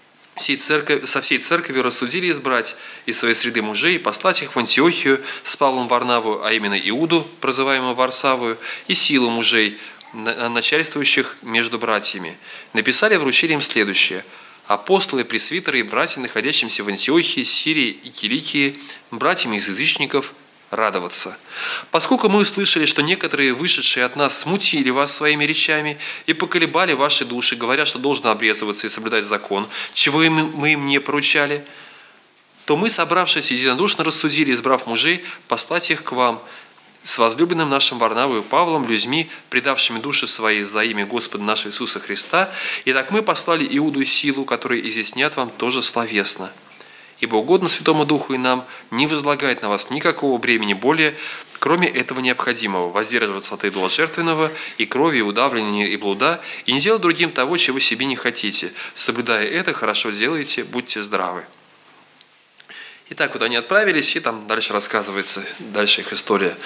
со всей церковью рассудили избрать из своей среды мужей и послать их в Антиохию с Павлом Варнаву, а именно Иуду, прозываемого Варсавую, и Силу мужей, начальствующих между братьями. Написали и вручили им следующее: апостолы, пресвитеры и братья, находящимся в Антиохии, Сирии и Киликии, братьям из язычников, радоваться. Поскольку мы услышали, что некоторые, вышедшие от нас, смутили вас своими речами и поколебали ваши души, говоря, что должно обрезываться и соблюдать закон, чего мы им не поручали, то мы, собравшись единодушно, рассудили, избрав мужей, послать их к вам, с возлюбленным нашим Варнавою Павлом, людьми, предавшими души свои за имя Господа нашего Иисуса Христа, и так мы послали Иуду и Силу, которые изъяснят вам тоже словесно. Ибо угодно Святому Духу и нам не возлагает на вас никакого бремени более, кроме этого необходимого, воздерживаться от идола жертвенного и крови, и удавления, и блуда, и не делать другим того, чего себе не хотите. Соблюдая это, хорошо делаете, будьте здравы. Итак, вот они отправились, и там дальше рассказывается, дальше их история.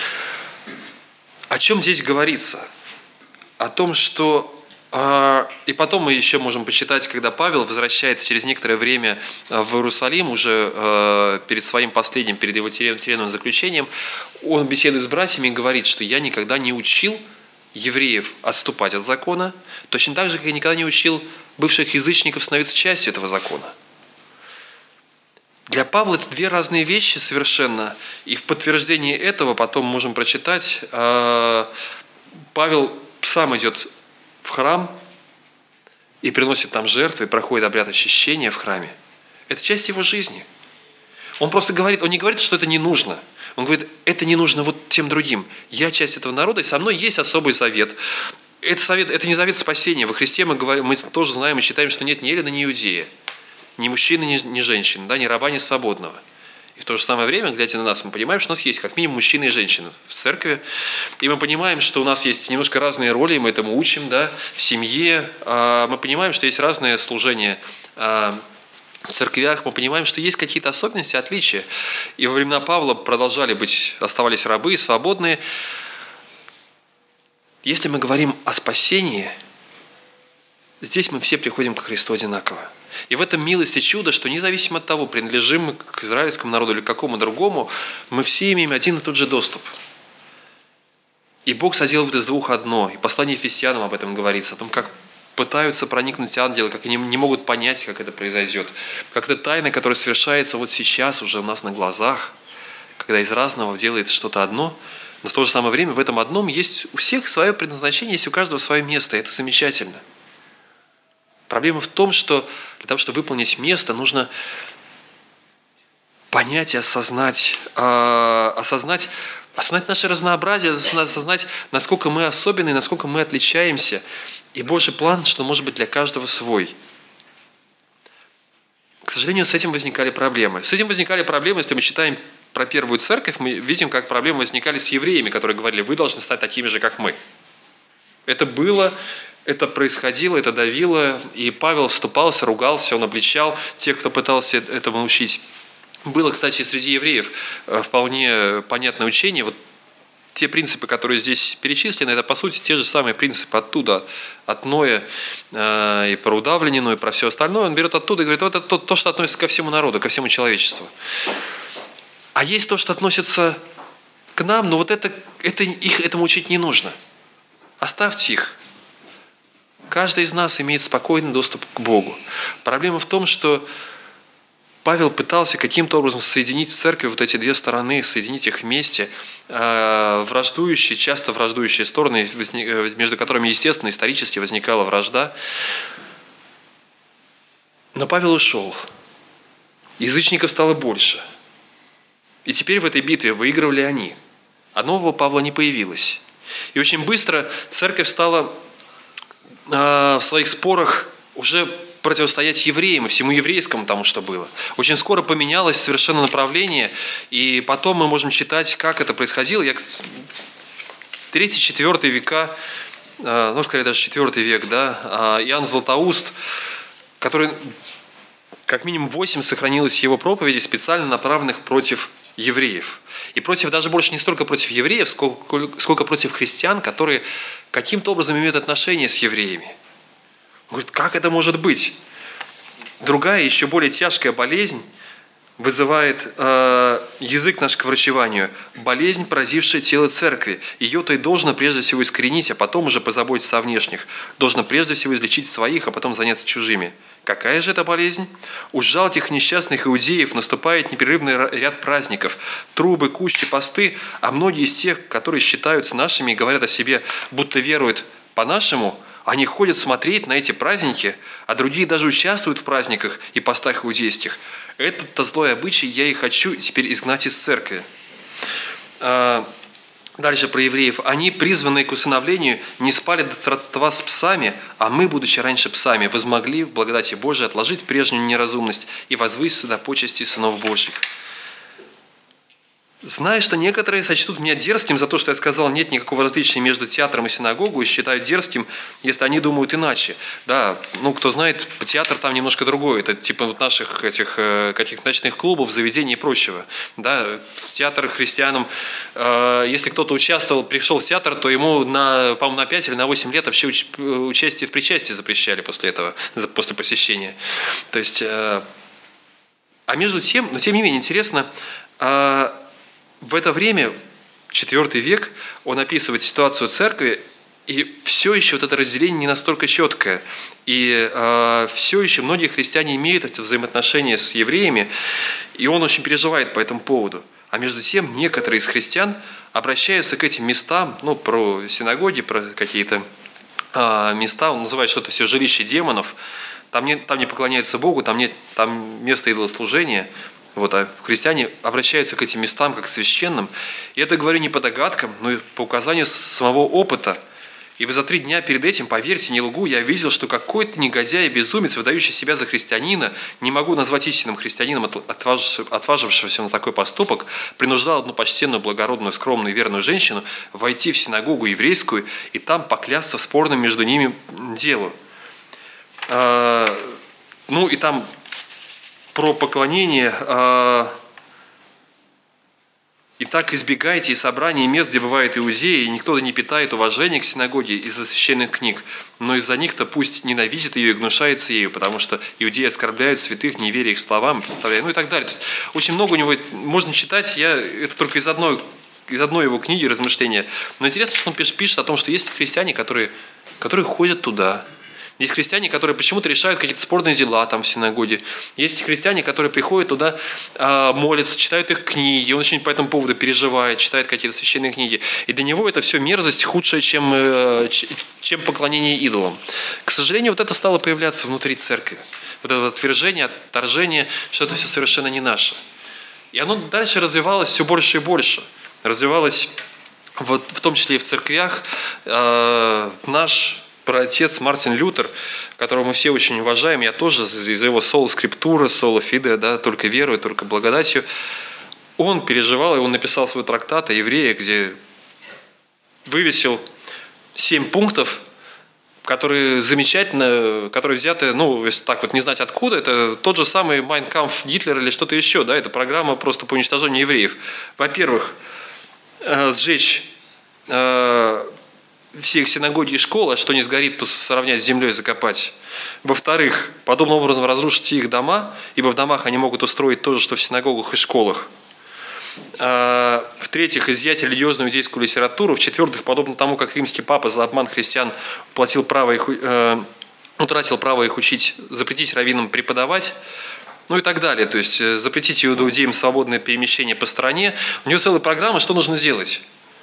О чем здесь говорится? О том, что... И потом мы еще можем почитать, когда Павел возвращается через некоторое время в Иерусалим, уже перед своим последним, перед его тюремным заключением, он беседует с братьями и говорит, что я никогда не учил евреев отступать от закона, точно так же, как я никогда не учил бывших язычников становиться частью этого закона. Для Павла это две разные вещи совершенно, и в подтверждение этого потом можем прочитать, Павел сам идет в храм и приносит там жертвы, и проходит обряд очищения в храме. Это часть его жизни. Он просто говорит, он не говорит, что это не нужно. Он говорит, это не нужно вот тем другим. Я часть этого народа, и со мной есть особый завет. Это не завет спасения. Во Христе мы тоже знаем и считаем, что нет ни эллина, ни иудея, ни мужчины, ни женщины, да, ни раба, ни свободного. И в то же самое время, глядя на нас, мы понимаем, что у нас есть как минимум мужчины и женщины в церкви. И мы понимаем, что у нас есть немножко разные роли, мы этому учим, да, в семье. Мы понимаем, что есть разные служения в церквях. Мы понимаем, что есть какие-то особенности, отличия. И во времена Павла оставались рабы, свободные. Если мы говорим о спасении, здесь мы все приходим к Христу одинаково. И в этом милость и чудо, что независимо от того, принадлежим мы к израильскому народу или к какому другому, мы все имеем один и тот же доступ. И Бог соделал из двух одно. И послание Ефесянам об этом говорится, о том, как пытаются проникнуть ангелы, как они не могут понять, как это произойдет. Как это тайна, которая совершается вот сейчас уже у нас на глазах, когда из разного делается что-то одно, но в то же самое время в этом одном есть у всех свое предназначение, есть у каждого свое место, и это замечательно. Проблема в том, что для того, чтобы выполнить место, нужно понять и осознать наше разнообразие, осознать, насколько мы особенные, насколько мы отличаемся. И Божий план, что может быть для каждого свой. К сожалению, с этим возникали проблемы. С этим возникали проблемы, если мы читаем про первую церковь, мы видим, как проблемы возникали с евреями, которые говорили, вы должны стать такими же, как мы. Это было... Это происходило, это давило, и Павел вступался, ругался, он обличал тех, кто пытался этому учить. Было, кстати, среди евреев вполне понятное учение. Вот те принципы, которые здесь перечислены, это, по сути, те же самые принципы оттуда, от Ноя и про удавленную, и про все остальное. Он берет оттуда и говорит, вот это то, что относится ко всему народу, ко всему человечеству. А есть то, что относится к нам, но вот их этому учить не нужно. Оставьте их. Каждый из нас имеет спокойный доступ к Богу. Проблема в том, что Павел пытался каким-то образом соединить в церкви вот эти две стороны, соединить их вместе, враждующие, часто враждующие стороны, между которыми, естественно, исторически возникала вражда. Но Павел ушел. Язычников стало больше. И теперь в этой битве выигрывали они. А нового Павла не появилось. И очень быстро церковь стала в своих спорах уже противостоять евреям и всему еврейскому тому, что было. Очень скоро поменялось совершенно направление, и потом мы можем читать, как это происходило. 3-4 века, ну, скорее даже 4 век, да, Иоанн Златоуст, который, как минимум 8 сохранилось его проповедей, специально направленных против евреев. И против, даже больше не столько против евреев, сколько против христиан, которые каким-то образом имеют отношение с евреями. Он говорит, как это может быть? Другая, еще более тяжкая болезнь вызывает язык наш к врачеванию. Болезнь, поразившая тело церкви. Ее-то и должно прежде всего искоренить, а потом уже позаботиться о внешних. Должно прежде всего излечить своих, а потом заняться чужими. Какая же это болезнь? У жалких несчастных иудеев наступает непрерывный ряд праздников, трубы, кущи, посты, а многие из тех, которые считаются нашими и говорят о себе, будто веруют по-нашему, они ходят смотреть на эти праздники, а другие даже участвуют в праздниках и постах иудейских. Этот-то злой обычай я и хочу теперь изгнать из церкви. Дальше про евреев. Они, призванные к усыновлению, не спали до родства с псами, а мы, будучи раньше псами, возмогли в благодати Божией отложить прежнюю неразумность и возвыситься до почести сынов Божьих. Знаю, что некоторые сочтут меня дерзким за то, что я сказал, нет никакого различия между театром и синагогой, и считают дерзким, если они думают иначе. Да, ну, кто знает, театр там немножко другой. Это типа вот наших этих каких-то ночных клубов, заведений и прочего. Да, в театр христианам, если кто-то участвовал, пришел в театр, то ему, по-моему, на 5 или на 8 лет вообще участие в причастии запрещали после этого, после посещения. То есть, а между тем, но тем не менее, интересно, в это время, IV век, он описывает ситуацию церкви, и все еще вот это разделение не настолько четкое. И все еще многие христиане имеют эти взаимоотношения с евреями, и он очень переживает по этому поводу. А между тем, некоторые из христиан обращаются к этим местам, ну, про синагоги, про какие-то места, он называет что-то все жилище демонов, там не поклоняются Богу, там нет места идолослужения. Вот, а христиане обращаются к этим местам как к священным. И это говорю не по догадкам, но и по указанию самого опыта. Ибо за 3 дня перед этим, поверьте, не лгу, я видел, что какой-то негодяй и безумец, выдающий себя за христианина, не могу назвать истинным христианином, отважившегося на такой поступок, принуждал одну почтенную, благородную, скромную и верную женщину войти в синагогу еврейскую и там поклясться в спорном между ними делу. Ну и там про поклонение. «Итак, избегайте и собраний, и мест, где бывают иудеи, и никто не питает уважения к синагоге из-за священных книг, но из-за них-то пусть ненавидит ее и гнушается ею, потому что иудеи оскорбляют святых, не веря их словам, представляя», ну и так далее. То есть очень много у него можно читать, это только из одной его книги размышления. Но интересно, что он пишет о том, что есть христиане, которые ходят туда. Есть христиане, которые почему-то решают какие-то спорные дела там в синагоге. Есть христиане, которые приходят туда, молятся, читают их книги. Он очень по этому поводу переживает, читает какие-то священные книги. И для него это все мерзость худшая, чем поклонение идолам. К сожалению, вот это стало появляться внутри церкви. Вот это отвержение, отторжение, что это все совершенно не наше. И оно дальше развивалось все больше и больше. Развивалось вот, в том числе и в церквях. Наш праотец Мартин Лютер, которого мы все очень уважаем, я тоже из-за его соло скриптура, соло фиде, да, только верою, только благодатью, он переживал, и он написал свой трактат о евреях, где вывесил 7 пунктов, которые замечательно, которые взяты, ну, если так вот не знать откуда, это тот же самый Mein Kampf Гитлера или что-то еще, да, это программа просто по уничтожению евреев. Во-первых, сжечь все их синагоги и школы, а что не сгорит, то сравнять с землей, закопать. Во-вторых, подобным образом разрушить их дома, ибо в домах они могут устроить то же, что в синагогах и школах. В-третьих, изъять религиозную иудейскую литературу. В-четвертых, подобно тому, как римский папа за обман христиан утратил право их учить, запретить раввинам преподавать. ну и так далее. То есть запретить иудеям свободное перемещение по стране. У нее целая программа, что нужно делать.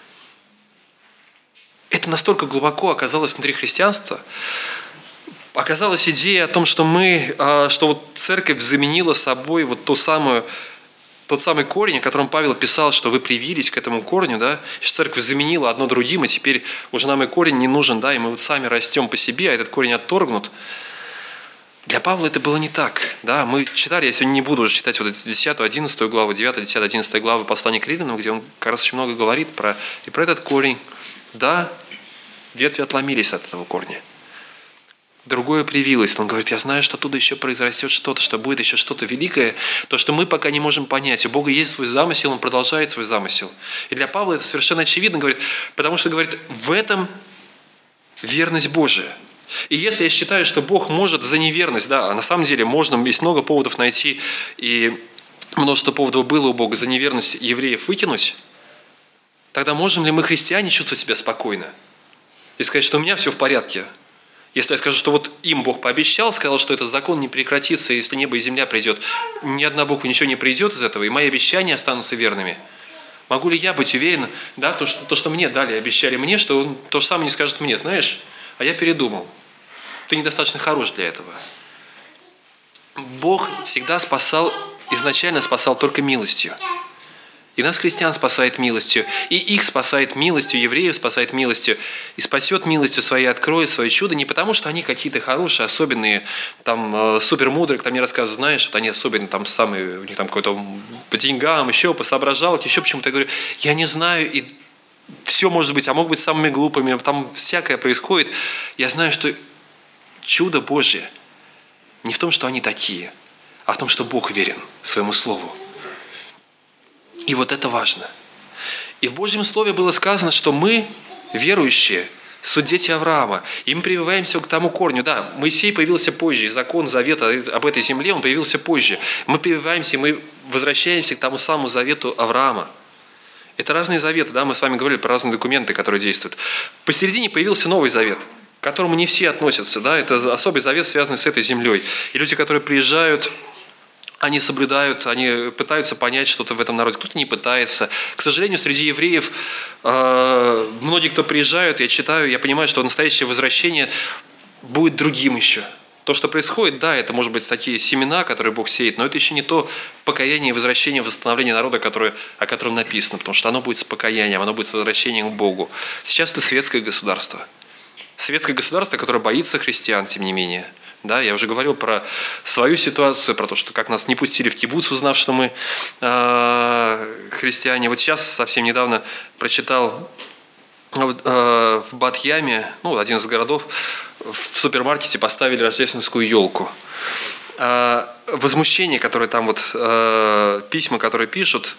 Это настолько глубоко оказалось внутри христианства. Оказалась идея о том, что что вот церковь заменила собой вот тот самый корень, о котором Павел писал, что вы привились к этому корню, да, что церковь заменила одно другим, и теперь уже нам и корень не нужен, да, и мы вот сами растем по себе, а этот корень отторгнут. Для Павла это было не так. Да? Мы читали, я сегодня не буду уже читать вот 10, 11 главу, 9, 10, 11 главы послания к Римлянам, где он как раз очень много говорит про этот корень. Да, ветви отломились от этого корня. Другое привилось. Он говорит, я знаю, что оттуда еще произрастет что-то, что будет еще что-то великое, то, что мы пока не можем понять. У Бога есть свой замысел, Он продолжает свой замысел. И для Павла это совершенно очевидно, говорит, потому что, говорит, в этом верность Божия. И если я считаю, что Бог может за неверность, да, а на самом деле есть много поводов найти, и множество поводов было у Бога за неверность евреев выкинуть, тогда можем ли мы, христиане, чувствовать себя спокойно? И сказать, что у меня все в порядке? Если я скажу, что вот им Бог пообещал, сказал, что этот закон не прекратится, если небо и земля придет, ни одна буква, ничего не придет из этого, и мои обещания останутся верными. Могу ли я быть уверен, да, то, что мне дали, обещали мне, что он то же самое не скажет мне, знаешь, а я передумал. Ты недостаточно хорош для этого. Бог всегда изначально спасал только милостью. И нас, христиан, спасает милостью. И их спасает милостью, евреев спасает милостью. И спасет милостью своей, откроет свое чудо не потому, что они какие-то хорошие, особенные, там, супермудрые, там мне рассказывают, знаешь, что они особенные, там, самые, у них там какой-то по деньгам, еще по соображалке, еще почему-то. Я говорю, я не знаю, и все может быть, а могут быть самыми глупыми, там всякое происходит. Я знаю, что чудо Божье не в том, что они такие, а в том, что Бог верен своему Слову. И вот это важно. И в Божьем Слове было сказано, что мы, верующие, суть дети Авраама, и мы прививаемся к тому корню. Да, Моисей появился позже, и закон завета об этой земле, он появился позже. Мы прививаемся, мы возвращаемся к тому самому завету Авраама. Это разные заветы, да, мы с вами говорили про разные документы, которые действуют. Посередине появился Новый Завет, к которому не все относятся, да, это особый завет, связанный с этой землей. И люди, которые приезжают, они соблюдают, они пытаются понять что-то в этом народе. Кто-то не пытается. К сожалению, среди евреев многие, кто приезжают, я читаю, я понимаю, что настоящее возвращение будет другим еще. То, что происходит, да, это может быть такие семена, которые Бог сеет, но это еще не то покаяние, возвращение, восстановление народа, о котором написано, потому что оно будет с покаянием, оно будет с возвращением к Богу. Сейчас это светское государство. Светское государство, которое боится христиан, тем не менее. Да, я уже говорил про свою ситуацию, про то, что как нас не пустили в кибуц, узнав, что мы христиане. Вот сейчас, совсем недавно, прочитал в Бат-Яме, один из городов, в супермаркете поставили рождественскую елку. Возмущение, которое там письма, которые пишут,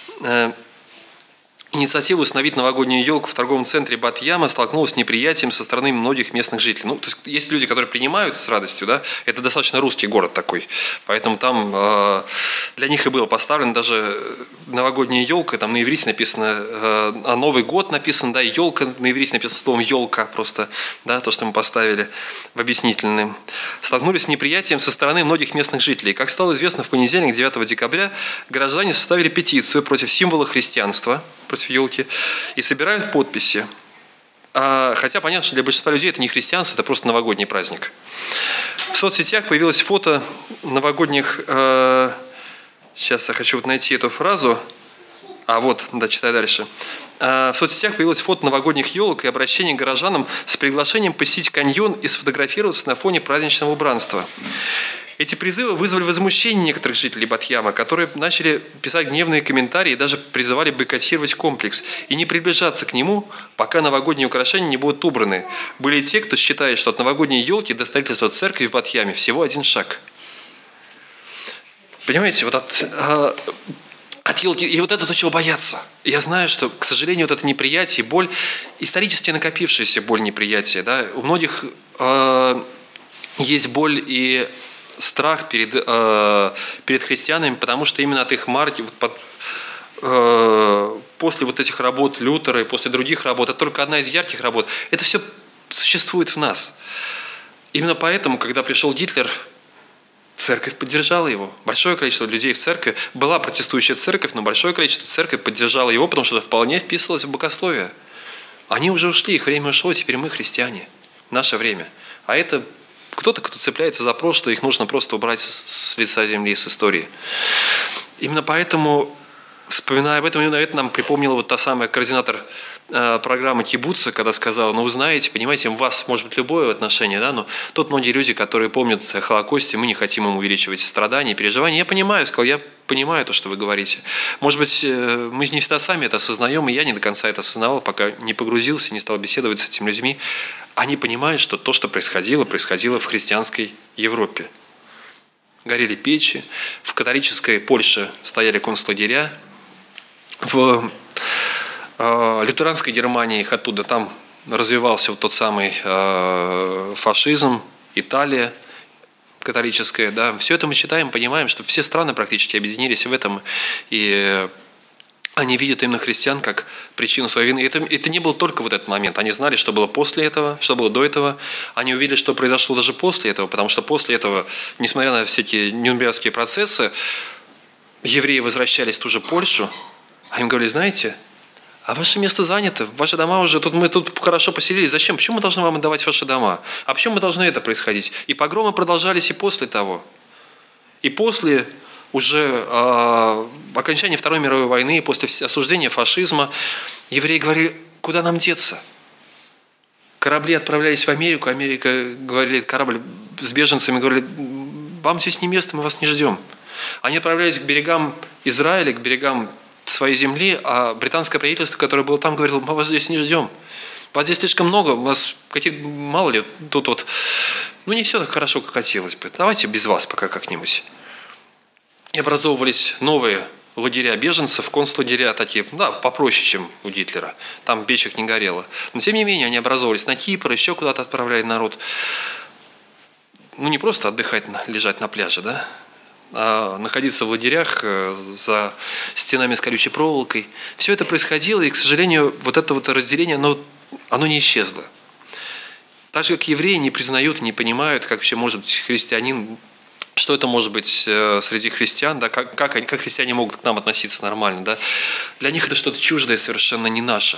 инициатива установить новогоднюю елку в торговом центре Бат-Яма столкнулась с неприятием со стороны многих местных жителей. То есть есть люди, которые принимают с радостью, да, это достаточно русский город такой, поэтому там для них и было поставлено даже новогодняя елка, там на иврите написано, а Новый год написан, да, елка, на иврите написано словом елка просто, да, то, что мы поставили в объяснительном. Столкнулись с неприятием со стороны многих местных жителей. Как стало известно, в понедельник, 9 декабря, горожане составили петицию против символа христианства, против елки, и собирают подписи. Хотя понятно, что для большинства людей это не христианство, это просто новогодний праздник. В соцсетях появилось фото новогодних... Сейчас я хочу найти эту фразу. Читаю дальше. В соцсетях появилось фото новогодних елок и обращение к горожанам с приглашением посетить каньон и сфотографироваться на фоне праздничного убранства. Эти призывы вызвали возмущение некоторых жителей Бат-Яма, которые начали писать гневные комментарии и даже призывали бойкотировать комплекс и не приближаться к нему, пока новогодние украшения не будут убраны. Были те, кто считает, что от новогодней елки до строительства церкви в Бат-Яме всего один шаг. Понимаете, от елки, и это то, чего боятся. Я знаю, что, к сожалению, это неприятие, боль, исторически накопившаяся боль неприятия, да, у многих есть боль и страх перед христианами, потому что именно от их марки, после этих работ Лютера и после других работ, это только одна из ярких работ, это все существует в нас. Именно поэтому, когда пришел Гитлер, Церковь поддержала его. Большое количество людей в церкви. Была протестующая церковь, но большое количество церкви поддержало его, потому что это вполне вписывалось в богословие. Они уже ушли, их время ушло, теперь мы христиане. Наше время. А это кто-то, кто цепляется за прошлое, их нужно просто убрать с лица земли, с истории. Именно поэтому, вспоминая об этом, именно это нам припомнила вот та самая координатор программы Кибуца, когда сказала, вы знаете, понимаете, у вас может быть любое отношение, да, но тут многие люди, которые помнят о Холокосте, мы не хотим им увеличивать страдания, переживания. Я понимаю, сказал, я понимаю то, что вы говорите. Может быть, мы не всегда сами это осознаем, и я не до конца это осознавал, пока не погрузился, не стал беседовать с этими людьми. Они понимают, что то, что происходило в христианской Европе. Горели печи, в католической Польше стояли концлагеря, в лютеранской Германии их оттуда, там развивался вот тот самый фашизм, Италия католическая, да, все это мы читаем, понимаем, что все страны практически объединились в этом, и они видят именно христиан как причину своей вины. Это не был только вот этот момент, они знали, что было после этого, что было до этого, они увидели, что произошло даже после этого, потому что после этого, несмотря на все эти нюрнбергские процессы, евреи возвращались в ту же Польшу, а им говорили, знаете, а ваше место занято, ваши дома уже, мы тут хорошо поселились, зачем? Почему мы должны вам отдавать ваши дома? А почему мы должны это происходить? И погромы продолжались и после того. И после уже окончания Второй мировой войны, после осуждения фашизма, евреи говорили, куда нам деться? Корабли отправлялись в Америку, Америка говорили, корабль с беженцами говорили, вам здесь не место, мы вас не ждем. Они отправлялись к берегам Израиля, к берегам своей земли, а британское правительство, которое было там, говорило, мы вас здесь не ждем. Вас здесь слишком много, у вас какие-то, мало ли, тут вот, не все так хорошо, как хотелось бы. Давайте без вас пока как-нибудь. И образовывались новые лагеря беженцев, концлагеря такие, попроще, чем у Гитлера. Там печек не горело. Но тем не менее, они образовывались на Кипр, еще куда-то отправляли народ. Не просто отдыхать, лежать на пляже, да? А находиться в лагерях за стенами с колючей проволокой. Все это происходило, и, к сожалению, вот это вот разделение, оно не исчезло. Так же, как евреи не признают, не понимают, как вообще может быть христианин, что это может быть среди христиан, да, как христиане могут к нам относиться нормально. Да? Для них это что-то чуждое, совершенно не наше.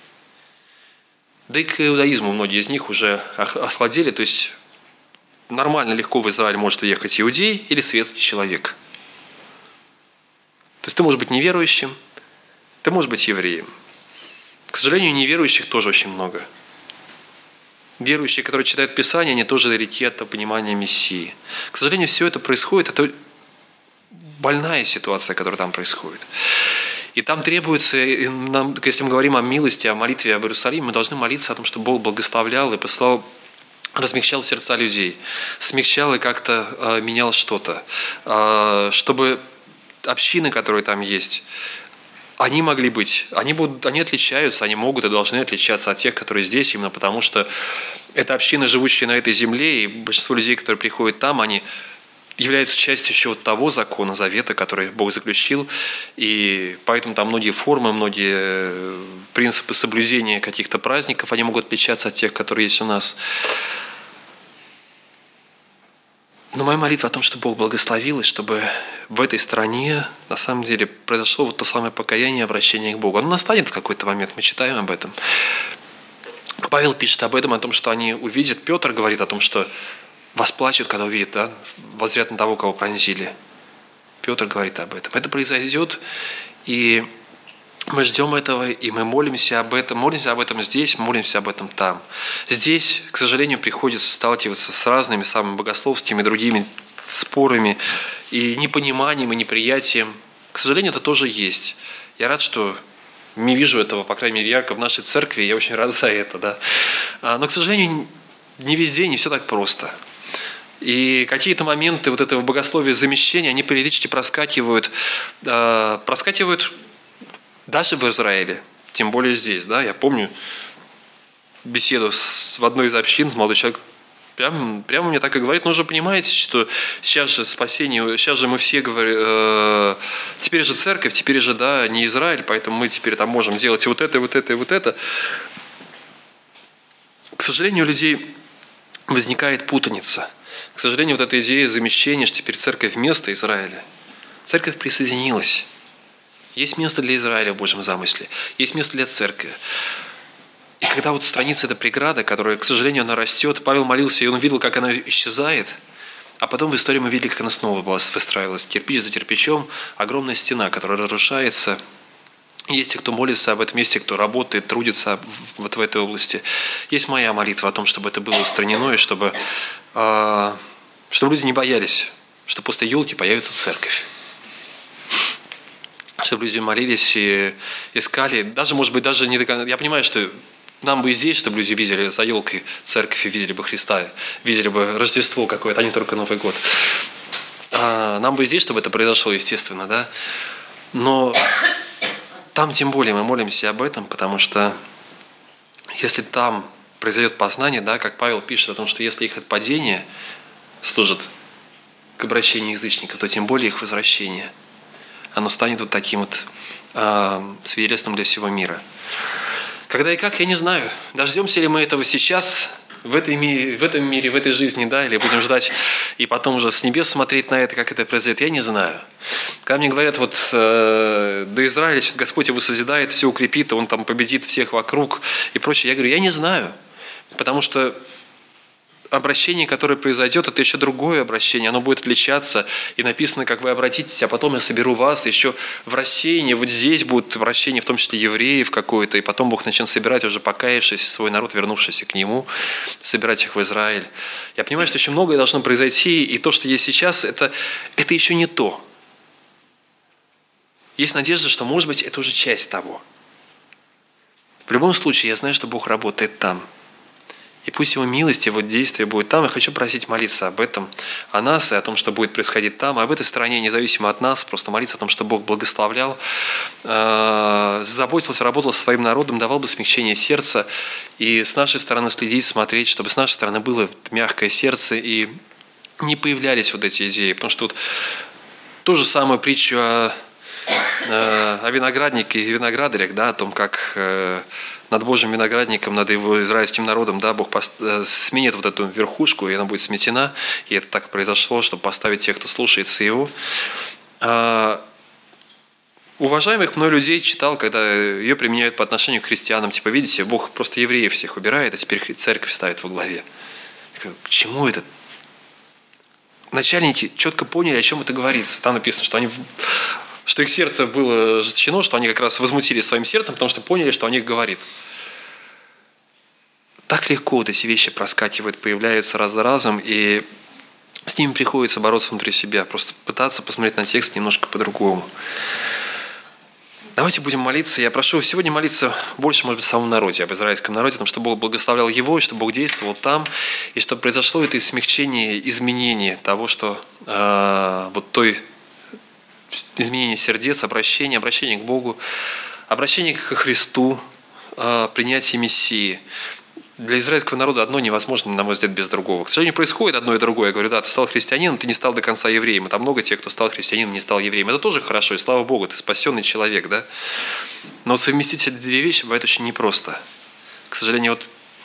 Да и к иудаизму многие из них уже охладели, то есть нормально, легко в Израиль может уехать иудей или светский человек. То есть ты можешь быть неверующим, ты можешь быть евреем. К сожалению, неверующих тоже очень много. Верующие, которые читают Писание, они тоже далеки от понимания Мессии. К сожалению, все это происходит, это больная ситуация, которая там происходит. И там требуется, если мы говорим о милости, о молитве об Иерусалиме, мы должны молиться о том, чтобы Бог благословлял и посылал, размягчал сердца людей, смягчал и как-то менял что-то, чтобы общины, которые там есть, они могли быть, они отличаются, они могут и должны отличаться от тех, которые здесь, именно потому что это общины, живущие на этой земле, и большинство людей, которые приходят там, они являются частью еще того закона, завета, который Бог заключил, и поэтому там многие формы, многие принципы соблюдения каких-то праздников, они могут отличаться от тех, которые есть у нас. Но моя молитва о том, чтобы Бог благословил, и чтобы в этой стране на самом деле произошло вот то самое покаяние, обращение к Богу. Оно настанет в какой-то момент, мы читаем об этом. Павел пишет об этом, о том, что они увидят. Петр говорит о том, что вас плачут, когда увидят, да, воззрят на того, кого пронзили. Петр говорит об этом. Это произойдет, и мы ждем этого, и мы молимся об этом здесь, молимся об этом там. Здесь, к сожалению, приходится сталкиваться с разными самыми богословскими, другими спорами, и непониманием, и неприятием. К сожалению, это тоже есть. Я рад, что не вижу этого, по крайней мере, ярко в нашей церкви, я очень рад за это. Да. Но, к сожалению, не везде, не все так просто. И какие-то моменты вот этого богословия замещения, они периодически проскакивают даже в Израиле, тем более здесь. Да. Я помню беседу в одной из общин, молодой человек прямо мне так и говорит, уже понимаете, что сейчас же спасение, сейчас же мы все говорим, теперь же церковь, теперь же, да, не Израиль, поэтому мы теперь там можем делать вот это, вот это и вот это. К сожалению, у людей возникает путаница. К сожалению, вот эта идея замещения, что теперь церковь вместо Израиля, церковь присоединилась. Есть место для Израиля в Божьем замысле, есть место для церкви. И когда вот страница эта преграда, которая, к сожалению, она растет, Павел молился, и он видел, как она исчезает, а потом в истории мы видели, как она снова была выстраивалась. Кирпич за кирпичом, огромная стена, которая разрушается. Есть те, кто молится об этом, есть те, кто работает, трудится вот в этой области. Есть моя молитва о том, чтобы это было устранено, и чтобы люди не боялись, что после елки появится церковь. Чтобы люди молились и искали, даже, может быть, даже не до конца. Я понимаю, что нам бы и здесь, чтобы люди видели за елкой церковь и видели бы Христа, видели бы Рождество какое-то, а не только Новый год. Нам бы и здесь, чтобы это произошло, естественно, да. Но там тем более мы молимся об этом, потому что если там произойдет познание, да, как Павел пишет о том, что если их отпадение служит к обращению язычников, то тем более их возвращение. Оно станет вот таким вот свидетельством для всего мира. Когда и как, я не знаю. Дождемся ли мы этого сейчас, в этом мире, в этой жизни, да, или будем ждать и потом уже с небес смотреть на это, как это произойдет, я не знаю. Когда мне говорят, вот до Израиля сейчас Господь его созидает, все укрепит, он там победит всех вокруг и прочее, я говорю, я не знаю. Потому что обращение, которое произойдет, это еще другое обращение, оно будет отличаться, и написано, как вы обратитесь, а потом я соберу вас, еще в рассеянии, вот здесь будет обращение, в том числе евреев какое-то, и потом Бог начнет собирать уже покаявшийся свой народ, вернувшийся к Нему, собирать их в Израиль. Я понимаю, что еще многое должно произойти, и то, что есть сейчас, это еще не то. Есть надежда, что, может быть, это уже часть того. В любом случае, я знаю, что Бог работает там. И пусть Его милость, Его действие будет там. Я хочу просить молиться об этом, о нас и о том, что будет происходить там. А в этой стране, независимо от нас, просто молиться о том, что Бог благословлял, заботился, работал со своим народом, давал бы смягчение сердца. И с нашей стороны следить, смотреть, чтобы с нашей стороны было мягкое сердце и не появлялись вот эти идеи. Потому что вот ту же самую притчу о винограднике и виноградарях, да, о том, как над Божьим виноградником, над его израильским народом, да, Бог сменит вот эту верхушку, и она будет сметена, и это так произошло, чтобы поставить тех, кто слушается его. Уважаемых мной людей читал, когда ее применяют по отношению к христианам, типа, видите, Бог просто евреев всех убирает, а теперь церковь ставит во главе. Я говорю, к чему это? Начальники четко поняли, о чем это говорится. Там написано, что их сердце было ожесточено, что они как раз возмутились своим сердцем, потому что поняли, что о них говорит. Так легко вот эти вещи проскакивают, появляются раз за разом, и с ними приходится бороться внутри себя, просто пытаться посмотреть на текст немножко по-другому. Давайте будем молиться. Я прошу сегодня молиться больше, может быть, о самом народе, об израильском народе, о том, чтобы Бог благословлял его, и чтобы Бог действовал там, и чтобы произошло это смягчение, изменение того, что изменение сердец, обращение к Богу, обращение к Христу, принятие Мессии. Для израильского народа одно невозможно, на мой взгляд, без другого. К сожалению, происходит одно и другое. Я говорю, да, ты стал христианином, ты не стал до конца евреем. И там много тех, кто стал христианином, не стал евреем. Это тоже хорошо, и слава Богу, ты спасенный человек, да? Но совместить эти две вещи бывает очень непросто. К сожалению,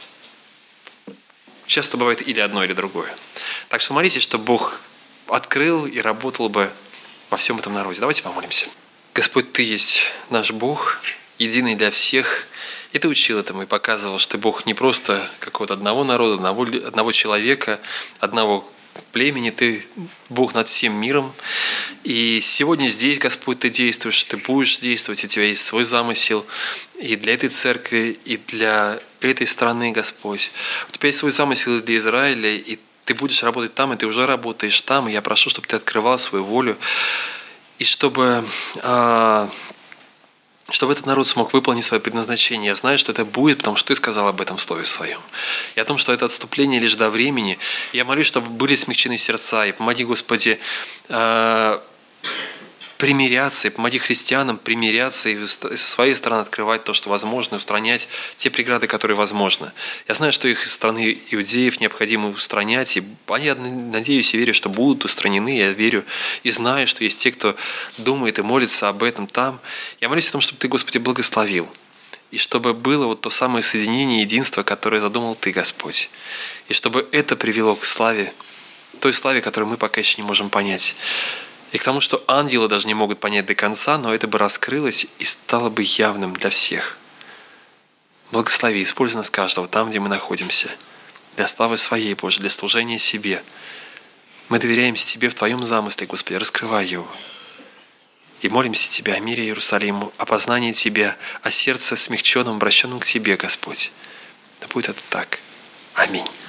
часто бывает или одно, или другое. Так что молитесь, чтобы Бог открыл и работал бы во всем этом народе. Давайте помолимся. Господь, Ты есть наш Бог, единый для всех. И Ты учил этому и показывал, что Ты Бог не просто какого-то одного народа, одного человека, одного племени. Ты Бог над всем миром. И сегодня здесь, Господь, Ты действуешь, Ты будешь действовать, у Тебя есть свой замысел и для этой церкви, и для этой страны, Господь. У Тебя есть свой замысел для Израиля, и Ты будешь работать там, и Ты уже работаешь там, и я прошу, чтобы Ты открывал свою волю, и чтобы этот народ смог выполнить свое предназначение. Я знаю, что это будет, потому что Ты сказал об этом в Слове Своем. И о том, что это отступление лишь до времени. Я молюсь, чтобы были смягчены сердца, и помоги, Господи, примиряться, и помоги христианам примиряться и со своей стороны открывать то, что возможно, и устранять те преграды, которые возможны. Я знаю, что их из страны иудеев необходимо устранять, и они, надеюсь и верю, что будут устранены. Я верю и знаю, что есть те, кто думает и молится об этом там. Я молюсь о том, чтобы Ты, Господи, благословил, и чтобы было вот то самое соединение, единство, которое задумал Ты, Господь, и чтобы это привело к славе той славе, которую мы пока еще не можем понять. И к тому, что ангелы даже не могут понять до конца, но это бы раскрылось и стало бы явным для всех. Благослови, используй нас каждого там, где мы находимся, для славы Своей, Божьей, для служения Себе. Мы доверяемся Тебе в Твоем замысле, Господи, раскрывай его. И молимся Тебя о мире Иерусалиму, о познании Тебя, о сердце смягченном, обращенном к Тебе, Господь. Да будет это так. Аминь.